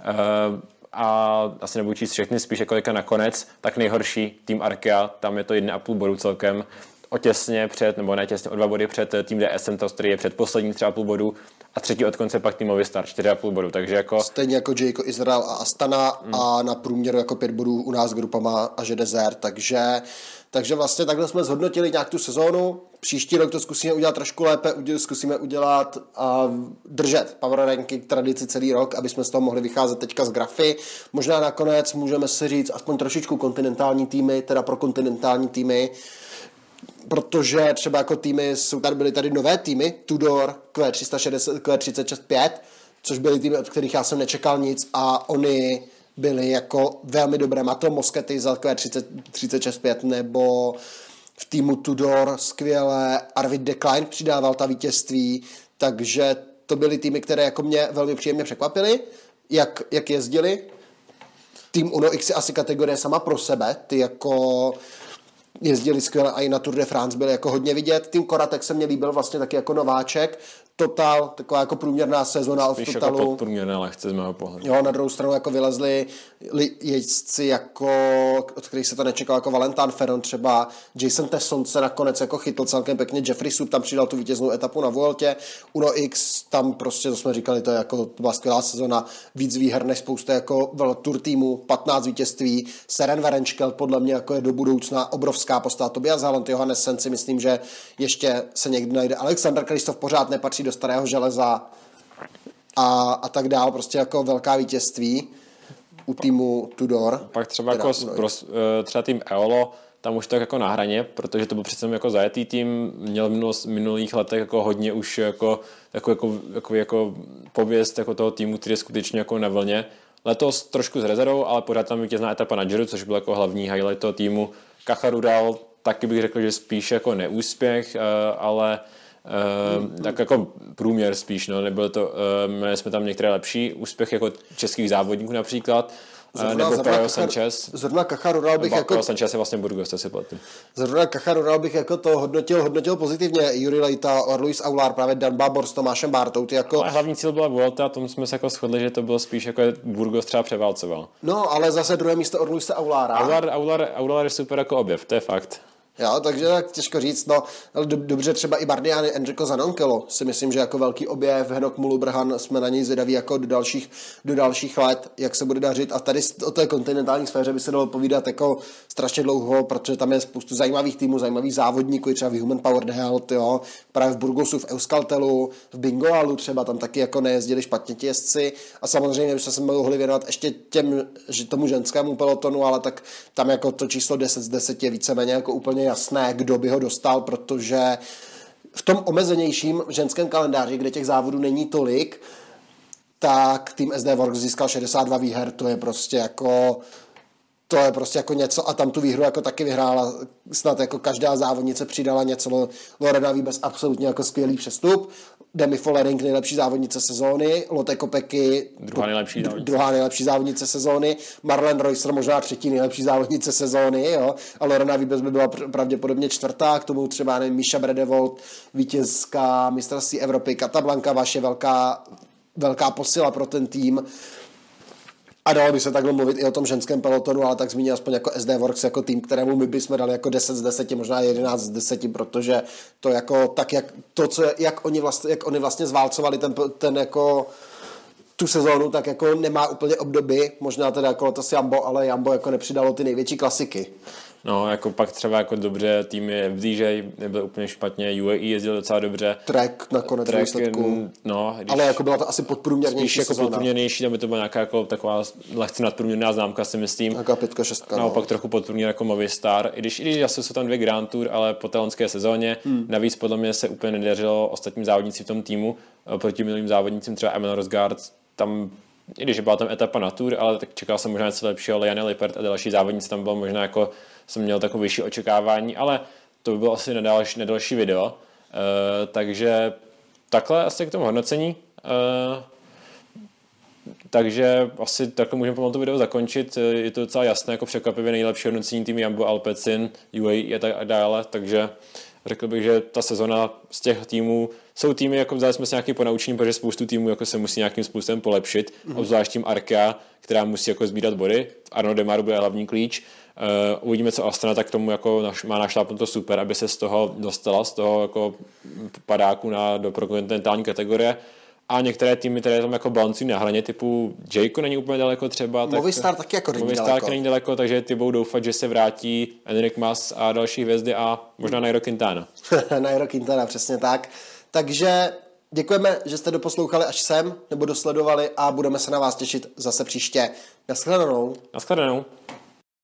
A asi nebudu číst všechny, spíš jako nakonec, tak nejhorší tým Arkea, tam je to 1,5 bodů celkem. Těsně před, nebo ne těsně o 2 body před tým DSM, který je předposlední 3,5 bodů a třetí od konce pak tým Movistar 4,5 bodů, takže jako... Stejně jako Jayco Izrael a Astana a na průměru jako 5 bodů u nás grupama a že Desert, takže vlastně takhle jsme zhodnotili nějak tu sezónu, příští rok to zkusíme udělat trošku lépe, zkusíme udělat a držet power ranking tradici celý rok, aby jsme z toho mohli vycházet teďka z grafy, možná nakonec můžeme si říct aspoň trošičku kontinentální týmy, teda pro kontinentální týmy, protože třeba jako týmy, byly tady nové týmy, Tudor, Q360, Q365, což byly týmy, od kterých já jsem nečekal nic a oni byli jako velmi dobré. Mato Moskety za Q365 nebo v týmu Tudor skvěle Arvid Decline přidával ta vítězství, takže to byly týmy, které jako mě velmi příjemně překvapily, jak jezdili. Tým Uno X je asi kategorie sama pro sebe, ty jako jezdili skvěle a i na Tour de France byli jako hodně vidět. Tým Koratek se mě líbil vlastně taky jako nováček. Total, taková jako průměrná sezona od spíš Totalu. Jako podprůměrné lehce z mého pohledu. Jo, na druhou stranu jako vylezli jezdci jako, od kterých se to nečekalo, jako Valentin Ferron třeba, Jason Tesson se nakonec jako chytl celkem pěkně, Jeffrey Soup tam přidal tu vítěznou etapu na Vueltě, Uno X tam prostě, to jsme říkali, to je jako, to byla skvělá sezona, víc výher než spousta jako tour týmu, 15 vítězství, Seren Verenčkel podle mě jako je do budoucna obrovská postava, Tobias Halland, Johannessen si myslím, že ještě se někdy najde, Alexander Kristof pořád nepatří do starého železa a tak dál, prostě jako velká vítězství u týmu Tudor. Pak třeba jako třeba tým Eolo, tam už tak jako na hraně, protože to byl přece jako zajetý tým, měl v minulých letech jako hodně už jako pověst jako toho týmu, který je skutečně jako na vlně. Letos trošku s rezervou, ale pořád tam vítězná etapa na Giro, což byl jako hlavní highlight toho týmu. Caja Rural taky bych řekl, že spíš jako neúspěch, ale tak jako průměr spíš, no, nebylo to, měli jsme tam některé lepší úspěchy jako českých závodníků například, nebo Caio Sanchez. Zrovna Caja Rural bych jako... Caio Sanchez je vlastně Burgos, to si pletu. Zrovna Caja Rural bych jako to hodnotil pozitivně. Juri Lejta, Orluis Aular, právě Dan Babor s Tomášem Bártou. Ale hlavní cíl byla Vuelta a tomu jsme se jako shodli, že to bylo spíš jako Burgos třeba převálcoval. No, ale zase druhé místo Orluise Aulara. Aular je super jako objev, to je fakt. Jo, takže tak těžko říct, no, ale dobře třeba i Bardiani, Enrico Zanoncelo, si myslím, že jako velký objev, Henok Mulubrhan, jsme na něj zvědaví jako do dalších let, jak se bude dařit a tady o té kontinentální sféře by se dalo povídat jako strašně dlouho, protože tam je spoustu zajímavých týmů, zajímavých závodníků, i třeba v Human Powered Health, jo, právě v Burgosu, v Euskaltelu, v Bingoalu třeba, tam taky jako nejezdili špatně ti jezdci a samozřejmě bychom se mohli věnovat ještě tomu ženskému pelotonu, ale tak tam jako to číslo 10 z 10 je víceméně jako úplně jasné, kdo by ho dostal, protože v tom omezenějším ženském kalendáři, kde těch závodů není tolik, tak tým SD Works získal 62 výher, to je prostě jako něco a tam tu výhru jako taky vyhrála, snad jako každá závodnice přidala něco, Lorena Wiebes absolutně jako skvělý přestup, Demi Follering nejlepší závodnice sezóny, Lotte Kopecky druhá nejlepší závodnice sezóny, Marlene Reusser možná třetí nejlepší závodnice sezóny, jo, a Lorena Wiebes by byla pravděpodobně čtvrtá, k tomu třeba nevím, Misha Bredevold, vítězka mistrovství Evropy, Casablanca, vaše velká posila pro ten tým. A dalo by se takhle mluvit i o tom ženském pelotonu, ale tak zmínil aspoň jako SD Works jako tým, kterému my bychom dali jako 10 z 10, možná 11 z 10, protože to jako tak, jak oni vlastně zválcovali ten jako tu sezónu, tak jako nemá úplně obdoby, možná teda jako letos Jambo, ale Jambo jako nepřidalo ty největší klasiky. No, jako pak třeba jako dobře týmy FDJ nebyl úplně špatně, UAE jezdil docela dobře. Trek nakonec výsledku. No, ale jako byla to asi podprůměrnější jako podprůměrnější, tam by to byla nějaká jako taková lehce nadprůměrná známka, si myslím. Nějaká 5, 6. No, pak trochu podprůměr jako Movistar, i když asi jsou tam 2 Grand Tour, ale po talentské sezóně. Navíc podle mě se úplně nedařilo ostatním závodníci v tom týmu, proti minulým závodnícím, třeba Emil Rosgaard, tam i když byla tam etapa na Tour, ale tak čekal jsem možná něco lepšího, ale Jane Lippert a další závodníci tam bylo možná jako jsem měl takové vyšší očekávání, ale to by bylo asi na další video. Takže takhle asi k tomu hodnocení. Takže asi takhle můžeme pomalu to video zakončit. Je to docela jasné, jako překvapivě nejlepší hodnocení tým Jumbo, Alpecin, UAE a tak dále, takže řekl bych, že ta sezona z těch týmů jsou týmy, jako vzali jsme se nějaký ponaučení, protože spoustu týmů jako se musí nějakým způsobem polepšit, obzvlášť tím Arkea, která musí jako sbírat body. Arnaud Démare bude hlavní klíč. Uvidíme, co Astana, tak tomu jako má našlápnuto super, aby se z toho dostala, z toho jako padáku do prokontinentální kategorie. A některé týmy, které tam jako balancují na hraně, typu Jayco není úplně daleko třeba. Movistar taky jako není daleko, takže ty budou doufat, že se vrátí Enric Mas a další hvězdy a možná Nairo Quintana. Nairo Quintana, přesně tak. Takže děkujeme, že jste doposlouchali až sem, nebo dosledovali a budeme se na vás těšit zase příště. Naschledanou. Naschledanou.